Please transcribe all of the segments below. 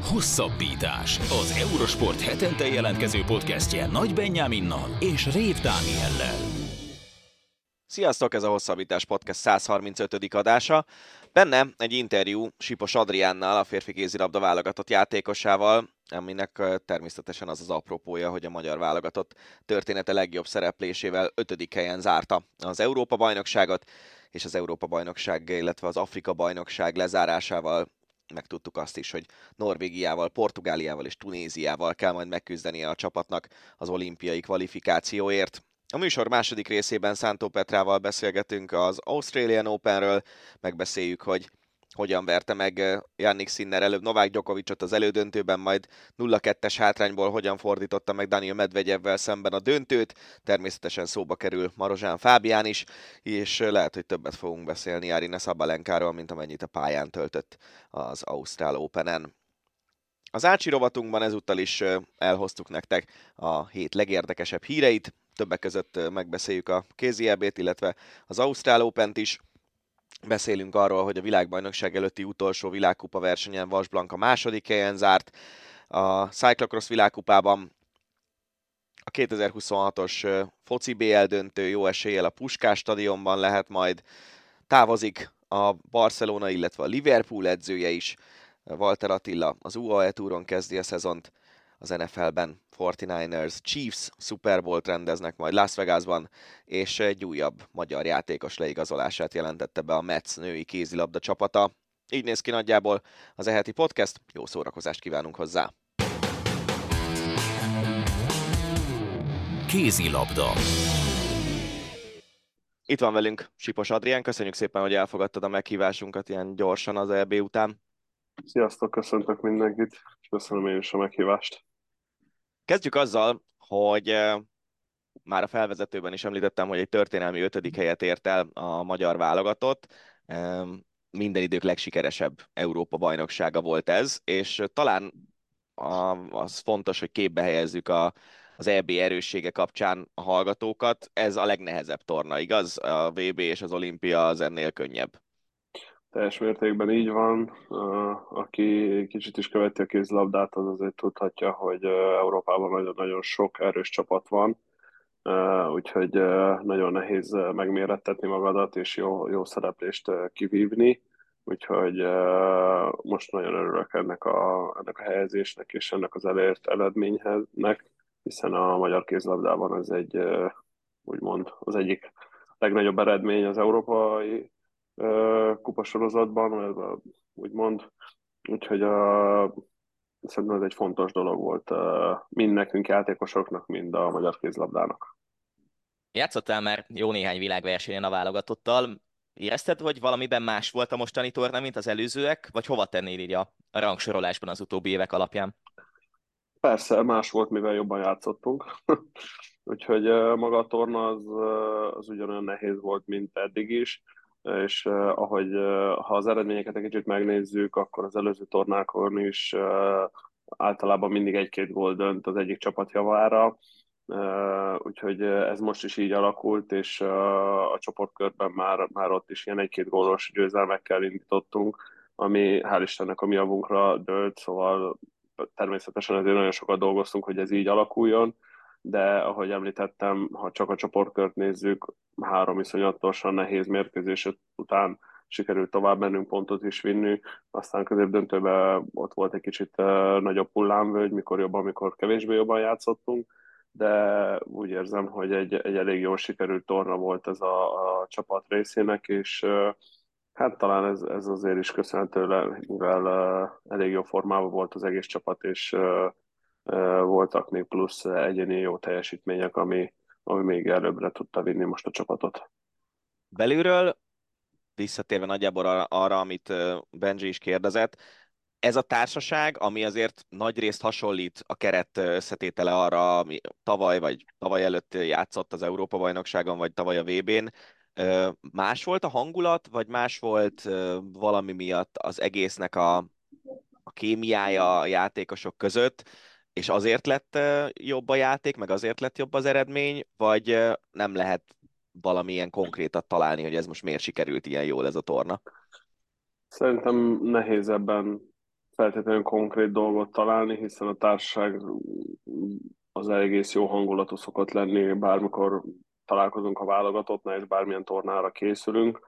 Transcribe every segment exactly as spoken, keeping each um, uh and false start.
Hosszabbítás. Az Eurosport hetente jelentkező podcastje Nagy Benyáminnal és Rév Dániellel. Sziasztok, ez a Hosszabbítás podcast száz harmincötödik adása. Benne egy interjú Sipos Adriánnal, a férfi kézilabda válogatott játékosával, aminek természetesen az az apropója, hogy a magyar válogatott története legjobb szereplésével ötödik helyen zárta az Európa-bajnokságot, és az Európa-bajnokság, illetve az Afrika-bajnokság lezárásával megtudtuk azt is, hogy Norvégiával, Portugáliával és Tunéziával kell majd megküzdenie a csapatnak az olimpiai kvalifikációért. A műsor második részében Szántó Petrával beszélgetünk az Australian Openről, megbeszéljük, hogy hogyan verte meg Jannik Sinner előbb Novák Djokovicot az elődöntőben, majd nulla kettes hátrányból hogyan fordította meg Daniil Medvegyevvel szemben a döntőt. Természetesen szóba kerül Marozsán Fábián is, és lehet, hogy többet fogunk beszélni Aryna Sabalenkáról, mint amennyit a pályán töltött az Ausztrál Openen. Az Ácsi rovatunkban ezúttal is elhoztuk nektek a hét legérdekesebb híreit, többek között megbeszéljük a kézi é bét, illetve az Ausztrál Opent is. Beszélünk arról, hogy a világbajnokság előtti utolsó világkupa versenyen Vas Blanka második helyen zárt. A Cyclocross világkupában a kétezer-huszonhatos foci bé el döntő jó eséllyel a Puskás stadionban lehet majd. Távozik a Barcelona, illetve a Liverpool edzője is. Walter Attila az u á é túron kezdi a szezont. Az en ef el-ben negyvenkilencesek Chiefs Super Bowl-t rendeznek majd Las Vegasban, és egy újabb magyar játékos leigazolását jelentette be a Metsz női kézilabda csapata. Így néz ki nagyjából az e heti podcast, jó szórakozást kívánunk hozzá! Kézilabda. Itt van velünk Sipos Adrián, köszönjük szépen, hogy elfogadtad a meghívásunkat ilyen gyorsan az é bé után. Sziasztok, köszöntök mindenkit, és köszönöm én is a meghívást. Kezdjük azzal, hogy eh, már a felvezetőben is említettem, hogy egy történelmi ötödik helyet ért el a magyar válogatott. Eh, minden idők legsikeresebb Európa-bajnoksága volt ez, és talán a, az fontos, hogy képbe helyezzük a, az é bé erőssége kapcsán a hallgatókat. Ez a legnehezebb torna, igaz? A vé bé és az olimpia az ennél könnyebb. Teljes mértékben így van. Uh, aki kicsit is követi a kézilabdát, az azért tudhatja, hogy uh, Európában nagyon-nagyon sok erős csapat van, uh, úgyhogy uh, nagyon nehéz uh, megmérettetni magadat, és jó, jó szereplést uh, kivívni. Úgyhogy uh, most nagyon örülök ennek a, ennek a helyezésnek és ennek az elért eredménynek, hiszen a magyar kézilabdában ez egy, uh, úgymond, az egyik legnagyobb eredmény az európai kupasorozatban, úgymond. Úgyhogy a, szerintem ez egy fontos dolog volt mind nekünk játékosoknak, mind a magyar kézilabdának. Játszottál már jó néhány világversenyen a válogatottal. Érezted, hogy valamiben más volt a mostani torna, mint az előzőek, vagy hova tennél így a, a rangsorolásban az utóbbi évek alapján? Persze, más volt, mivel jobban játszottunk. Úgyhogy maga a torna az, az ugyanolyan nehéz volt, mint eddig is, és uh, ahogy uh, ha az eredményeket egy kicsit megnézzük, akkor az előző tornákon is uh, általában mindig egy-két gól dönt az egyik csapat javára, uh, úgyhogy ez most is így alakult, és uh, a csoportkörben már, már ott is ilyen egy-két gólos győzelmekkel indítottunk, ami hál' Istennek a mi javunkra dőlt, szóval természetesen azért nagyon sokat dolgoztunk, hogy ez így alakuljon, de ahogy említettem, ha csak a csoportkört nézzük, három iszonyatosan nehéz mérkőzés után sikerült tovább mennünk, pontot is vinni, aztán középdöntőben ott volt egy kicsit uh, nagyobb hullámvölgy, mikor jobban, mikor kevésbé jobban játszottunk, de úgy érzem, hogy egy, egy elég jól sikerült torna volt ez a, a csapat részének, és uh, hát talán ez, ez azért is köszönhető, mivel uh, elég jó formában volt az egész csapat, és uh, voltak még plusz egyéni jó teljesítmények, ami, ami még előbbre tudta vinni most a csapatot. Belülről, visszatérve nagyjából arra, arra, amit Benji is kérdezett, ez a társaság, ami azért nagyrészt hasonlít a keret összetétele arra, ami tavaly vagy tavaly előtt játszott az Európa-bajnokságon, vagy tavaly a vé bén, más volt a hangulat, vagy más volt valami miatt az egésznek a, a kémiája a játékosok között, és azért lett jobb a játék, meg azért lett jobb az eredmény, vagy nem lehet valamilyen konkrétat találni, hogy ez most miért sikerült ilyen jól ez a torna? Szerintem nehéz ebben feltétlenül konkrét dolgot találni, hiszen a társaság az egész jó hangulatú szokott lenni, bármikor találkozunk a válogatottnál, és bármilyen tornára készülünk.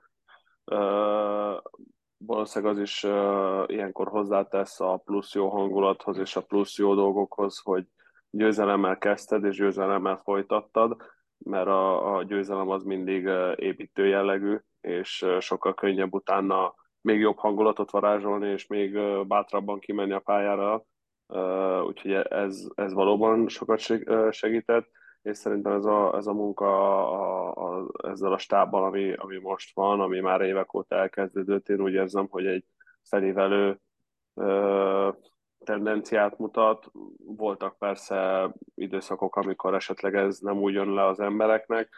Uh, valószínűleg az is uh, ilyenkor hozzátesz a plusz jó hangulathoz és a plusz jó dolgokhoz, hogy győzelemmel kezdted és győzelemmel folytattad, mert a, a győzelem az mindig uh, építő jellegű, és uh, sokkal könnyebb utána még jobb hangulatot varázsolni, és még uh, bátrabban kimenni a pályára. Uh, úgyhogy ez, ez valóban sokat segített, és szerintem ez a, ez a munka a, a, ezzel a stábbal, ami, ami most van, ami már évek óta elkezdődött, én úgy érzem, hogy egy felévelő ö, tendenciát mutat. Voltak persze időszakok, amikor esetleg ez nem úgy jön le az embereknek.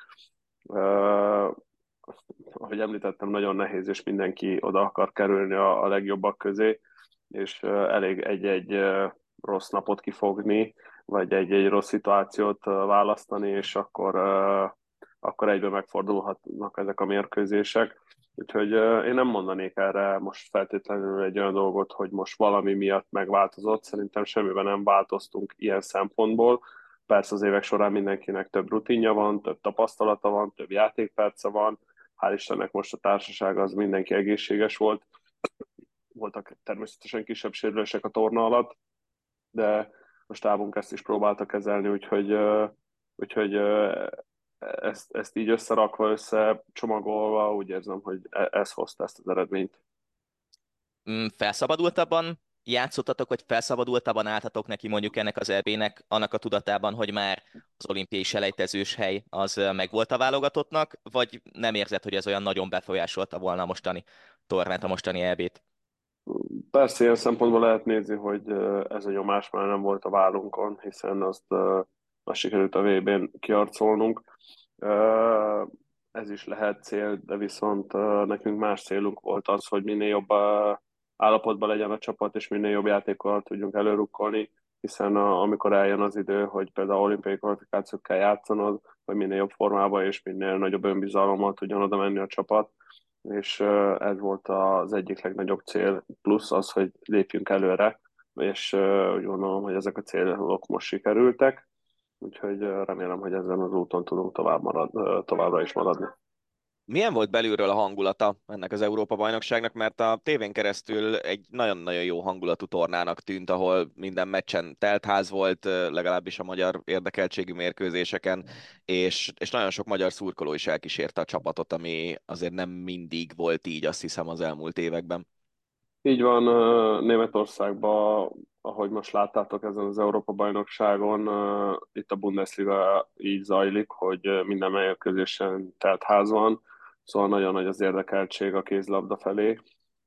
Ö, ahogy említettem, nagyon nehéz, és mindenki oda akar kerülni a, a legjobbak közé, és ö, elég egy-egy ö, rossz napot kifogni, vagy egy-egy rossz szituációt választani, és akkor, akkor egyben megfordulhatnak ezek a mérkőzések. Úgyhogy én nem mondanék erre most feltétlenül egy olyan dolgot, hogy most valami miatt megváltozott. Szerintem semmiben nem változtunk ilyen szempontból. Persze az évek során mindenkinek több rutinja van, több tapasztalata van, több játékperce van. Hál' Istennek most a társaság az mindenki egészséges volt. Voltak természetesen kisebb sérülések a torna alatt, de a stábunk ezt is próbálta kezelni, úgyhogy, úgyhogy ezt, ezt így összerakva, összecsomagolva, úgy érzem, hogy ez hozta ezt az eredményt. Felszabadultabban játszottatok, vagy felszabadultabban álltatok neki mondjuk ennek az é bé-nek, annak a tudatában, hogy már az olimpiai selejtezős hely az megvolt a válogatottnak, vagy nem érzed, hogy ez olyan nagyon befolyásolta volna a mostani tornát, a mostani é bét? Persze ilyen szempontból lehet nézni, hogy ez a nyomás már nem volt a vállunkon, hiszen azt, azt sikerült a vé bén kiarcolnunk. Ez is lehet cél, de viszont nekünk más célunk volt az, hogy minél jobb állapotban legyen a csapat, és minél jobb játékkal tudjunk előrukkolni, hiszen amikor eljön az idő, hogy például olimpiai kvalifikációt kell játszanod, hogy minél jobb formában és minél nagyobb önbizalommal tudjon oda menni a csapat, és ez volt az egyik legnagyobb cél, plusz az, hogy lépjünk előre, és úgy gondolom, hogy ezek a célok most sikerültek, úgyhogy remélem, hogy ezen az úton tudunk tovább marad, továbbra is maradni. Milyen volt belülről a hangulata ennek az Európa-bajnokságnak, mert a tévén keresztül egy nagyon-nagyon jó hangulatú tornának tűnt, ahol minden meccsen teltház volt, legalábbis a magyar érdekeltségű mérkőzéseken, és, és nagyon sok magyar szurkoló is elkísérte a csapatot, ami azért nem mindig volt így, azt hiszem, az elmúlt években. Így van, Németországban, ahogy most láttátok ezen az Európa-bajnokságon, itt a Bundesliga így zajlik, hogy minden mérkőzésen telt ház van, szóval nagyon nagy az érdekeltség a kézilabda felé.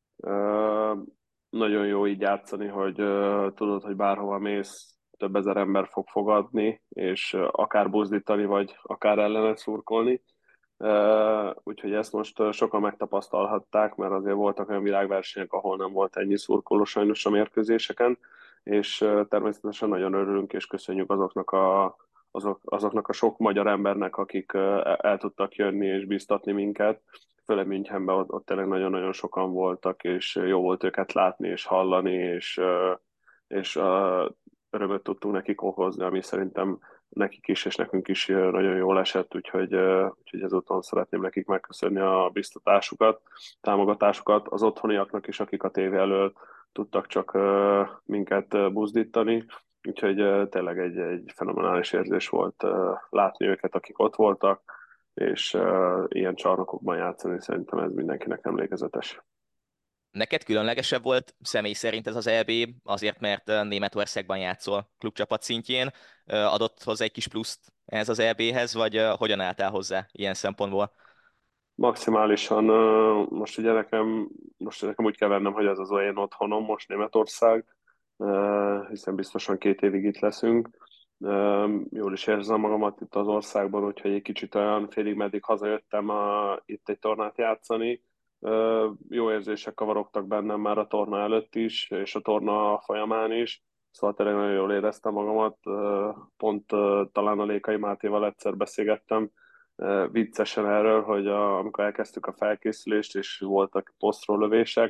Nagyon jó így játszani, hogy tudod, hogy bárhova mész, több ezer ember fog fogadni, és akár buzdítani, vagy akár ellenet szurkolni. Uh, úgyhogy ezt most uh, sokan megtapasztalhatták, mert azért voltak olyan világversenyek, ahol nem volt ennyi szurkoló sajnos a mérkőzéseken, és uh, természetesen nagyon örülünk, és köszönjük azoknak a, azok, azoknak a sok magyar embernek, akik uh, el tudtak jönni és bíztatni minket, főleg Münchenben ott, ott tényleg nagyon-nagyon sokan voltak, és jó volt őket látni és hallani, és, uh, és uh, örömöt tudtunk nekik okozni, ami szerintem nekik is, és nekünk is nagyon jól esett, úgyhogy, úgyhogy ezúton szeretném nekik megköszönni a biztatásukat, támogatásukat, az otthoniaknak is, akik a tévé elől tudtak csak minket buzdítani, úgyhogy tényleg egy, egy fenomenális érzés volt látni őket, akik ott voltak, és ilyen csarnokokban játszani, szerintem ez mindenkinek emlékezetes. Neked különlegesebb volt személy szerint ez az é bé, azért mert Németországban játszol klubcsapat szintjén, adott hozzá egy kis pluszt ez az é béhez, vagy hogyan álltál hozzá ilyen szempontból? Maximálisan, most ugye nekem, most nekem úgy kell vennem, hogy ez az olyan otthonom most Németország, hiszen biztosan két évig itt leszünk. Jól is érzem magamat itt az országban, úgyhogy egy kicsit olyan félig meddig hazajöttem a, itt egy tornát játszani. Jó érzések kavarogtak bennem már a torna előtt is, és a torna folyamán is. Szóval tényleg nagyon jól éreztem magamat. Pont talán a Lékai Mátéval egyszer beszélgettem viccesen erről, hogy a, amikor elkezdtük a felkészülést, és voltak posztról lövések,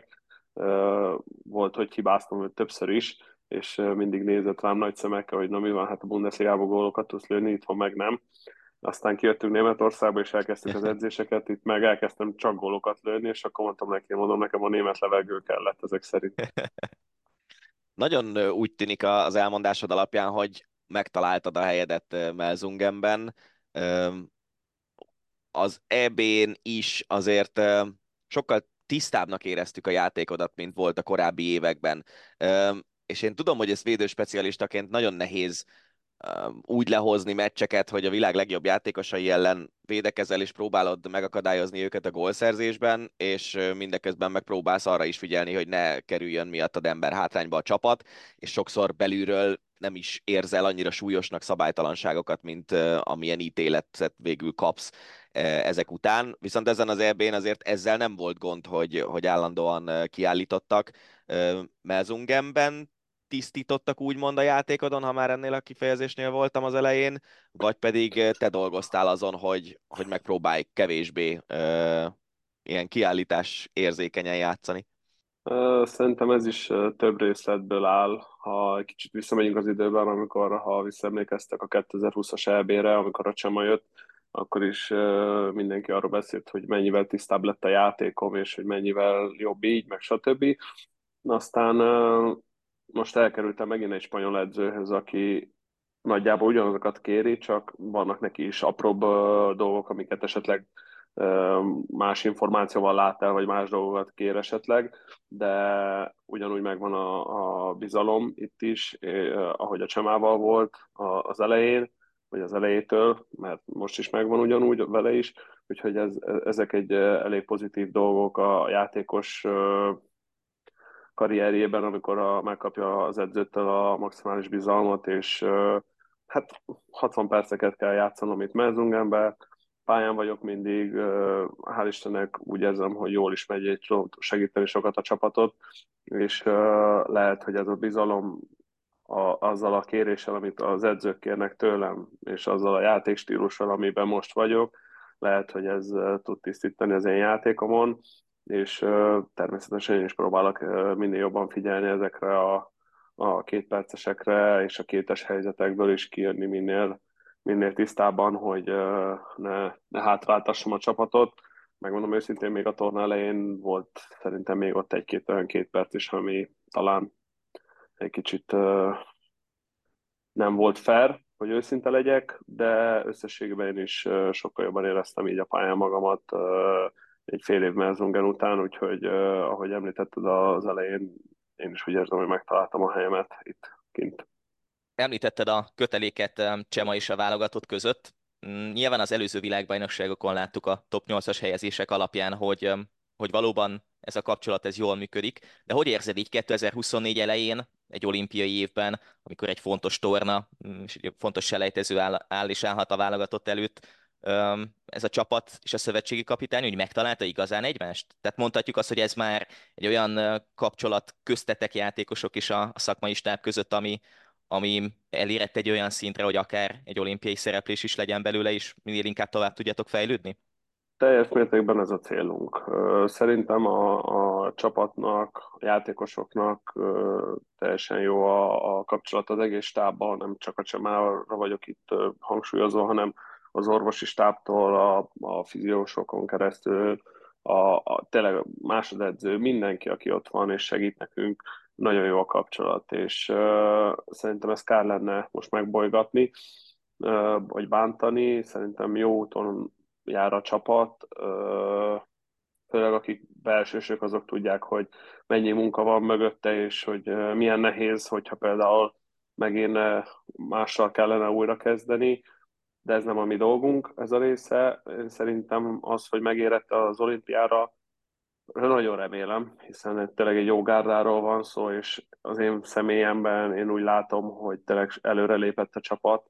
Volt, hogy hibáztam őt többször is, és mindig nézett rám nagy szemekkel, hogy na mi van, hát a Bundesliga-ba gólokat tudsz lőni, itthon meg nem. Aztán kijöttünk Németországba, és elkezdtük az edzéseket, itt meg elkezdtem csak gólokat lőni, és akkor mondtam neki, mondom, nekem a német levegő kellett ezek szerint. Nagyon úgy tűnik az elmondásod alapján, hogy megtaláltad a helyedet Melzungenben. Az é bén is azért sokkal tisztábbnak éreztük a játékodat, mint volt a korábbi években. És én tudom, hogy ezt védőspecialistaként nagyon nehéz úgy lehozni meccseket, hogy a világ legjobb játékosai ellen védekezel, és próbálod megakadályozni őket a gólszerzésben, és mindeközben megpróbálsz arra is figyelni, hogy ne kerüljön miattad ember hátrányba a csapat, és sokszor belülről nem is érzel annyira súlyosnak szabálytalanságokat, mint amilyen ítéletet végül kapsz ezek után. Viszont ezen az é bén azért ezzel nem volt gond, hogy, hogy állandóan kiállítottak. Melzungenben tisztítottak úgymond a játékodon, ha már ennél a kifejezésnél voltam az elején, vagy pedig te dolgoztál azon, hogy, hogy megpróbálj kevésbé ö, ilyen kiállítás érzékenyen játszani? Szerintem ez is több részletből áll. Ha egy kicsit visszamegyünk az időben, amikor, ha visszaemlékeztek a kétezer-húszas é bére, amikor a Csema jött, akkor is mindenki arról beszélt, hogy mennyivel tisztább lett a játékom, és hogy mennyivel jobb így, meg stb. Aztán most elkerültem megint egy spanyol edzőhöz, aki nagyjából ugyanazokat kéri, csak vannak neki is apróbb dolgok, amiket esetleg más információval lát el, vagy más dolgokat kér esetleg, de ugyanúgy megvan a, a bizalom itt is, ahogy a Csemával volt az elején, vagy az elejétől, mert most is megvan ugyanúgy vele is, úgyhogy ez, ezek egy elég pozitív dolgok a játékos karrierjében, amikor a, megkapja az edzőtől a maximális bizalmat, és hát hatvan perceket kell játszanom itt Merzungenben, pályán vagyok mindig, hál' Istennek úgy érzem, hogy jól is megy, és segíteni sokat a csapatot, és lehet, hogy ez a bizalom a, azzal a kéréssel, amit az edzők kérnek tőlem, és azzal a játékstílussal, amiben most vagyok, lehet, hogy ez tud tisztítani az én játékomon, és természetesen én is próbálok minél jobban figyelni ezekre a, a kétpercesekre, és a kétes helyzetekből is kijönni minél, minél tisztában, hogy ne, ne hátráltassam a csapatot. Megmondom őszintén, még a torna elején volt szerintem még ott egy-két olyan két perc is, ami talán egy kicsit nem volt fair, hogy őszinte legyek, de összességében én is sokkal jobban éreztem így a pályán magamat egy fél év Merzungen után, úgyhogy ahogy említetted az elején, én is úgy érzem, hogy megtaláltam a helyemet itt kint. Említetted a köteléket Csema és a válogatott között. Nyilván az előző világbajnokságokon láttuk a top nyolcas helyezések alapján, hogy, hogy valóban ez a kapcsolat ez jól működik. De hogy érzed így kétezer-huszonnégy elején, egy olimpiai évben, amikor egy fontos torna, és egy fontos selejtező áll, áll és állhat a válogatott előtt, ez a csapat és a szövetségi kapitány úgy megtalálta igazán egymást? Tehát mondhatjuk azt, hogy ez már egy olyan kapcsolat köztetek játékosok és a, a szakmai stáb között, ami, ami elérett egy olyan szintre, hogy akár egy olimpiai szereplés is legyen belőle, és minél inkább tovább tudjatok fejlődni? Teljes mértékben ez a célunk. Szerintem a, a csapatnak, a játékosoknak teljesen jó a, a kapcsolat az egész stábban, nem csak a Csemára vagyok itt hangsúlyozva, hanem az orvosi stábtól, a, a fiziósokon keresztül, a, a tényleg másodedző, mindenki, aki ott van és segít nekünk, nagyon jó a kapcsolat, és uh, szerintem ezt kár lenne most megbolygatni, uh, vagy bántani. Szerintem jó úton jár a csapat, uh, főleg akik belsősök, azok tudják, hogy mennyi munka van mögötte, és hogy uh, milyen nehéz, hogyha például megint uh, mással kellene újra kezdeni, de ez nem a mi dolgunk, ez a része. Én szerintem az, hogy megérette az olimpiára, nagyon remélem, hiszen tényleg egy jó gárdáról van szó, és az én személyemben én úgy látom, hogy tényleg előrelépett a csapat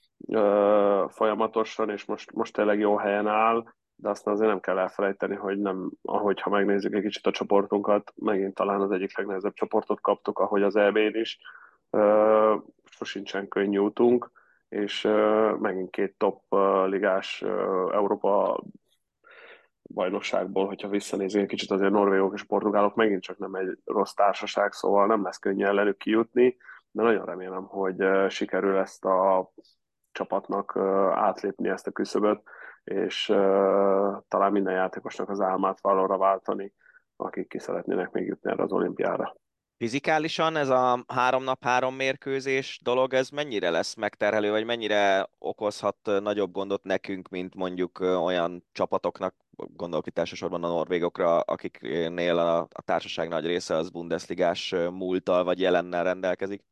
ö, folyamatosan, és most, most tényleg jó helyen áll, de aztán azért nem kell elfelejteni, hogy nem, ahogy ha megnézzük egy kicsit a csoportunkat, megint talán az egyik legnehezebb csoportot kaptuk, ahogy az é bén is. Ö, sosincsen könnyű útunk, és ö, megint két top ö, ligás ö, Európa bajnokságból, hogyha visszanézünk egy kicsit, azért norvégok és portugálok megint csak nem egy rossz társaság, szóval nem lesz könnyű ellenük kijutni, de nagyon remélem, hogy sikerül ezt a csapatnak átlépni ezt a küszöböt, és talán minden játékosnak az álmát valóra váltani, akik ki szeretnének még jutni erre az olimpiára. Fizikálisan ez a három nap, három mérkőzés dolog, ez mennyire lesz megterhelő, vagy mennyire okozhat nagyobb gondot nekünk, mint mondjuk olyan csapatoknak, gondolok itt elsősorban a norvégokra, akiknél a, a társaság nagy része az Bundesligás múlttal vagy jelennel rendelkezik?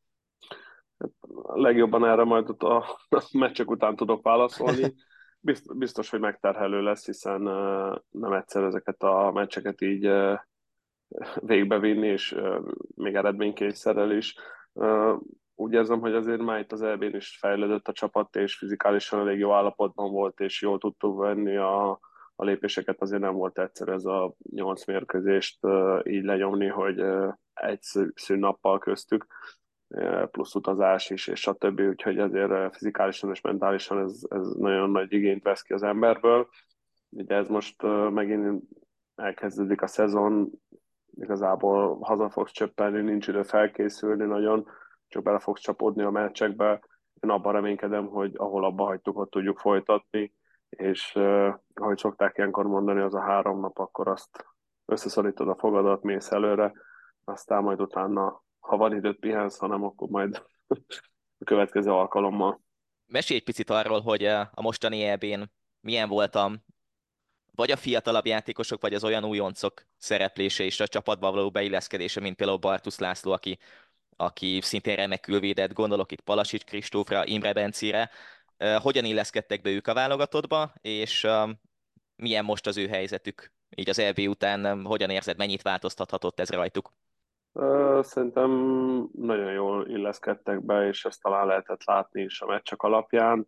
Legjobban erre majd a, a meccsek után tudok válaszolni. Biztos, biztos, hogy megterhelő lesz, hiszen nem egyszer ezeket a meccseket így végbevinni, és még eredménykényszerrel is. Úgy érzem, hogy azért már itt az é bén is fejlődött a csapat, és fizikálisan elég jó állapotban volt, és jól tudtuk venni a, a lépéseket. Azért nem volt egyszer ez a nyolc mérkőzést így lenyomni, hogy egy szűnnappal köztük, plusz utazás is, és stb. Úgyhogy azért fizikálisan és mentálisan ez, ez nagyon nagy igényt vesz ki az emberből. Ugye ez most megint elkezdődik a szezon, igazából haza fogsz csöppelni, nincs idő felkészülni nagyon, csak bele fogsz csapódni a meccsekbe. Én abban reménykedem, hogy ahol abba hagytuk, ott tudjuk folytatni, és uh, ahogy szokták ilyenkor mondani, az a három nap, akkor azt összeszorítod a fogadat, mész előre, aztán majd utána, ha van időt pihensz, hanem akkor majd a következő alkalommal. Mesélj egy picit arról, hogy a mostani é bén milyen voltam, vagy a fiatalabb játékosok, vagy az olyan újoncok szereplése és a csapatba való beilleszkedése, mint például Bartusz László, aki, aki szintén remekül védett, gondolok itt Palasics Kristófra, Imre Bencire. Hogyan illeszkedtek be ők a válogatottba, és milyen most az ő helyzetük? Így az é bé után hogyan érzed, mennyit változtathatott ez rajtuk? Szerintem nagyon jól illeszkedtek be, és ezt talán lehetett látni is a meccsek alapján.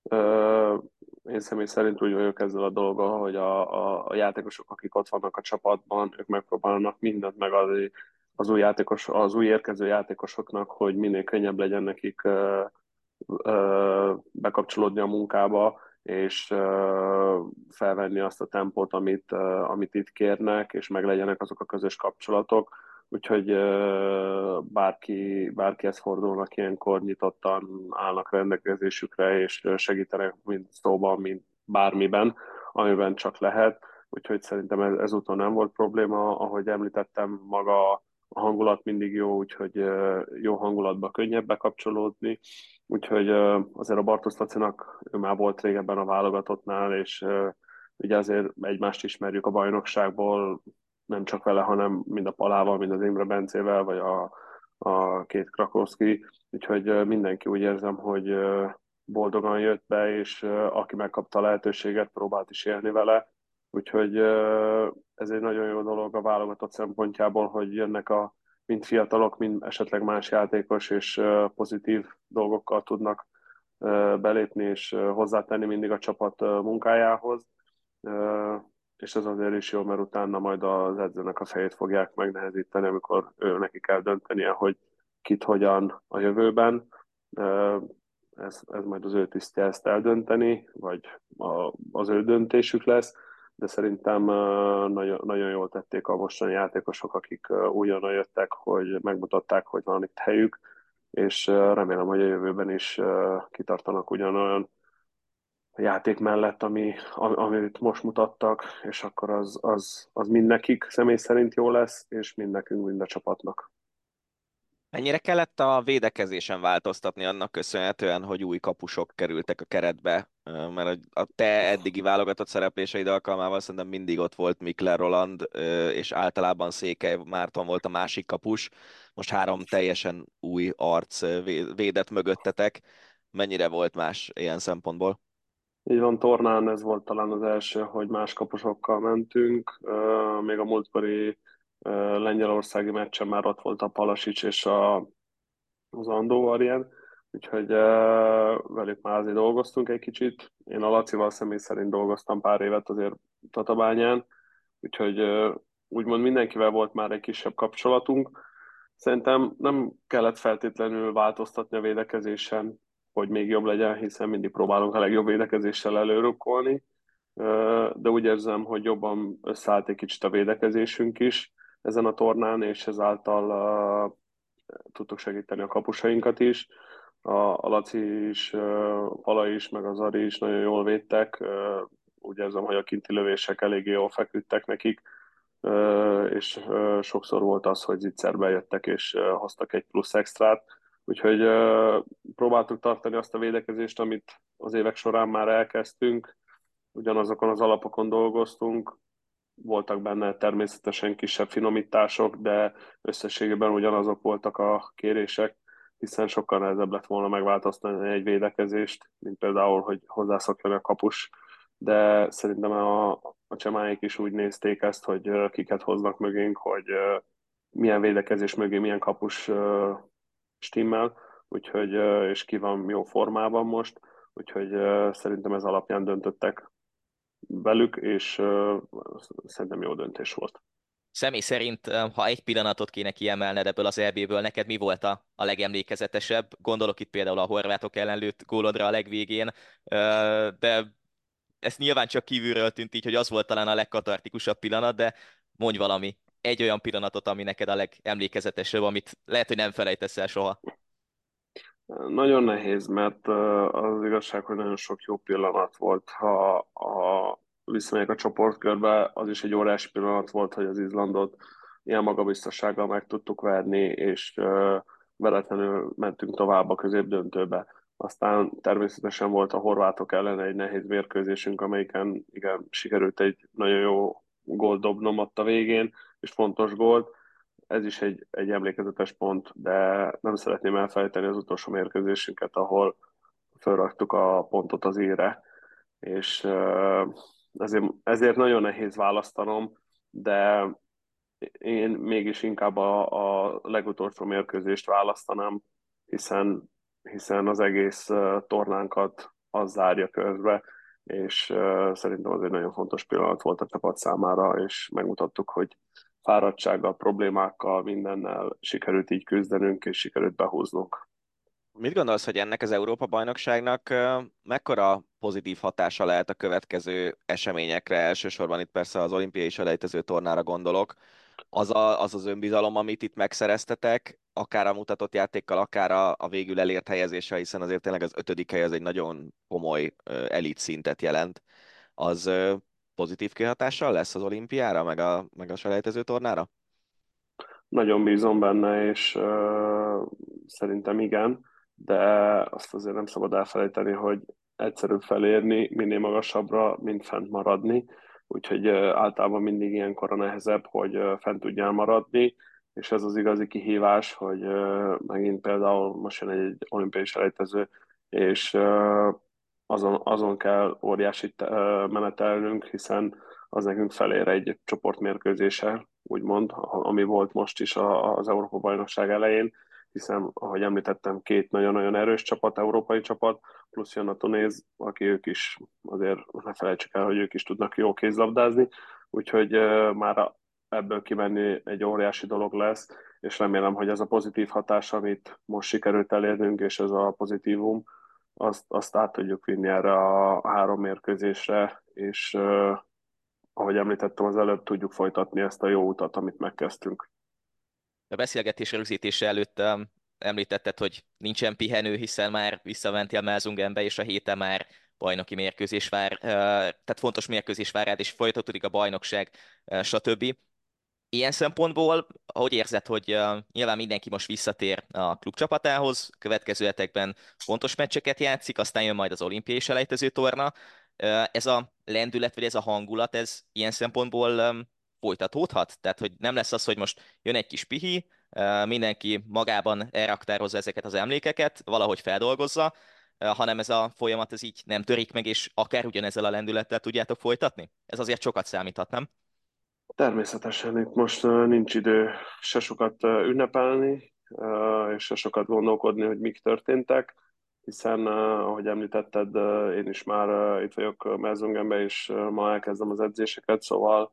Én személy szerint úgy vagyok ezzel a dologgal, hogy a, a, a játékosok, akik ott vannak a csapatban, ők megpróbálnak mindent megadni az új, játékos, az új érkező játékosoknak, hogy minél könnyebb legyen nekik ö, ö, bekapcsolódni a munkába, és ö, felvenni azt a tempót, amit, ö, amit itt kérnek, és meg legyenek azok a közös kapcsolatok. Úgyhogy bárki, bárkihez fordulnak, ilyenkor nyitottan állnak rendelkezésükre, és segítenek mind szóban, mind bármiben, amiben csak lehet. Úgyhogy szerintem ez, ezúton nem volt probléma. Ahogy említettem, maga a hangulat mindig jó, úgyhogy jó hangulatba könnyebb bekapcsolódni. Úgyhogy azért a Bartosz Lacinak, ő már volt régebben a válogatottnál, és ugye azért egymást ismerjük a bajnokságból, nem csak vele, hanem mind a Palával, mind az Imre Bencével, vagy a, a két Krakowski, úgyhogy mindenki úgy érzem, hogy boldogan jött be, és aki megkapta a lehetőséget, próbált is élni vele, úgyhogy ez egy nagyon jó dolog a válogatott szempontjából, hogy jönnek a mind fiatalok, mind esetleg más játékos, és pozitív dolgokkal tudnak belépni, és hozzátenni mindig a csapat munkájához, és ez azért is jó, mert utána majd az edzőnek a fejét fogják megnehezíteni, amikor ő neki kell döntenie, hogy kit hogyan a jövőben. Ez, ez majd az ő tisztje ezt eldönteni, vagy a, az ő döntésük lesz, de szerintem nagyon, nagyon jól tették a mostani játékosok, akik újonnan jöttek, hogy megmutatták, hogy van itt helyük, és remélem, hogy a jövőben is kitartanak ugyanolyan játék mellett, ami, amit most mutattak, és akkor az, az, az mind nekik személy szerint jó lesz, és mind nekünk, mind a csapatnak. Mennyire kellett a védekezésen változtatni annak köszönhetően, hogy új kapusok kerültek a keretbe? Mert a te eddigi válogatott szerepléseid alkalmával szerintem mindig ott volt Mikler Roland, és általában Székely Márton volt a másik kapus. Most három teljesen új arc védett mögöttetek. Mennyire volt más ilyen szempontból? Így van, tornán ez volt talán az első, hogy más kapusokkal mentünk. Még a múltkori lengyelországi meccsen már ott volt a Palasics és a, az Andó Arjen, úgyhogy velük már azért dolgoztunk egy kicsit. Én a Lacival személy szerint dolgoztam pár évet azért Tatabányán, úgyhogy úgymond mindenkivel volt már egy kisebb kapcsolatunk. Szerintem nem kellett feltétlenül változtatni a védekezésen, hogy még jobb legyen, hiszen mindig próbálunk a legjobb védekezéssel előrukkolni. de úgy érzem, hogy jobban összeállt egy kicsit a védekezésünk is ezen a tornán, és ezáltal tudtuk segíteni a kapusainkat is. A, a Laci is, a Pala is, meg az Ari is nagyon jól védtek. Úgy érzem, hogy a kinti lövések eléggé jól feküdtek nekik, és sokszor volt az, hogy zicserbe jöttek és hoztak egy plusz extrát. Úgyhogy próbáltuk tartani azt a védekezést, amit az évek során már elkezdtünk. Ugyanazokon az alapokon dolgoztunk, voltak benne természetesen kisebb finomítások, de összességében ugyanazok voltak a kérések, hiszen sokkal nehezebb lett volna megváltoztatni egy védekezést, mint például, hogy hozzászokjon a kapus, de szerintem a, a csemáik is úgy nézték ezt, hogy kiket hoznak mögénk, hogy milyen védekezés mögé milyen kapus stimmel, úgyhogy, és ki van jó formában most, úgyhogy szerintem ez alapján döntöttek velük, és uh, szerintem jó döntés volt. Személy szerint, ha egy pillanatot kéne kiemelned ebből az é béből, neked mi volt a, a legemlékezetesebb? Gondolok itt például a horvátok ellen lőtt gólodra a legvégén, de ez nyilván csak kívülről tűnt így, hogy az volt talán a legkatartikusabb pillanat, de mondj valami, egy olyan pillanatot, ami neked a legemlékezetesebb, amit lehet, hogy nem felejtesz el soha. Nagyon nehéz, mert az igazság, hogy nagyon sok jó pillanat volt. Ha, ha visszamegyek a csoportkörbe, az is egy óriási pillanat volt, hogy az Izlandot ilyen magabiztossággal meg tudtuk verni, és veretlenül mentünk tovább a középdöntőbe. Aztán természetesen volt a horvátok ellen egy nehéz mérkőzésünk, amelyiken igen, sikerült egy nagyon jó gólt dobnom ott a végén, és fontos gólt. Ez is egy, egy emlékezetes pont, de nem szeretném elfelejteni az utolsó mérkőzésünket, ahol felraktuk a pontot az íre, és ezért, ezért nagyon nehéz választanom, de én mégis inkább a, a legutolsó mérkőzést választanám, hiszen, hiszen az egész tornánkat az zárja körbe, és szerintem az egy nagyon fontos pillanat volt a csapat számára, és megmutattuk, hogy fáradtsággal, problémákkal, mindennel sikerült így küzdenünk, és sikerült behúznunk. Mit gondolsz, hogy ennek az Európa-bajnokságnak mekkora pozitív hatása lehet a következő eseményekre? Elsősorban itt persze az olimpiai selejtező tornára gondolok. Az, a, az az önbizalom, amit itt megszereztetek, akár a mutatott játékkal, akár a, a végül elért helyezéssel, hiszen azért tényleg az ötödik hely az egy nagyon komoly elit szintet jelent. Az pozitív kihatással lesz az olimpiára, meg a, meg a selejtező tornára? Nagyon bízom benne, és uh, szerintem igen, de azt azért nem szabad elfelejteni, hogy egyszerűbb felérni minél magasabbra, mint fent maradni. Úgyhogy uh, általában mindig ilyenkor a nehezebb, hogy uh, fent tudjál maradni, és ez az igazi kihívás, hogy uh, megint például most jön egy olimpiai selejtező, és uh, azon, azon kell óriási uh, menetelnünk, hiszen az nekünk felér egy csoportmérkőzése, úgymond, ami volt most is az Európa-bajnokság elején, hiszen, ahogy említettem, két nagyon-nagyon erős csapat, európai csapat, plusz jön a tunéz, aki ők is, azért ne felejtsük el, hogy ők is tudnak jó kézlabdázni, úgyhogy már ebből kimenni egy óriási dolog lesz, és remélem, hogy ez a pozitív hatás, amit most sikerült elérnünk, és ez a pozitívum, azt, azt át tudjuk vinni erre a három mérkőzésre, és ahogy említettem az előbb, tudjuk folytatni ezt a jó utat, amit megkezdtünk. A beszélgetés rögzítése előtt um, említetted, hogy nincsen pihenő, hiszen már visszamentél Melzungenbe, és a héten már bajnoki mérkőzés vár, uh, tehát fontos mérkőzés vár rád, és folytatódik a bajnokság, uh, stb. Ilyen szempontból, ahogy érzed, hogy uh, nyilván mindenki most visszatér a klubcsapatához, következő hetekben fontos meccseket játszik, aztán jön majd az olimpiai selejtező torna. Uh, ez a lendület, vagy ez a hangulat, ez ilyen szempontból um, folytatódhat? Tehát, hogy nem lesz az, hogy most jön egy kis pihi, uh, mindenki magában elraktározza ezeket az emlékeket, valahogy feldolgozza, uh, hanem ez a folyamat ez így nem törik meg, és akár ugyanezzel a lendülettel tudjátok folytatni? Ez azért sokat számíthat, nem? Természetesen itt most uh, nincs idő se sokat uh, ünnepelni, uh, és se sokat gondolkodni, hogy mik történtek, hiszen, uh, ahogy említetted, uh, én is már uh, itt vagyok Melzungenben, és uh, ma elkezdem az edzéseket, szóval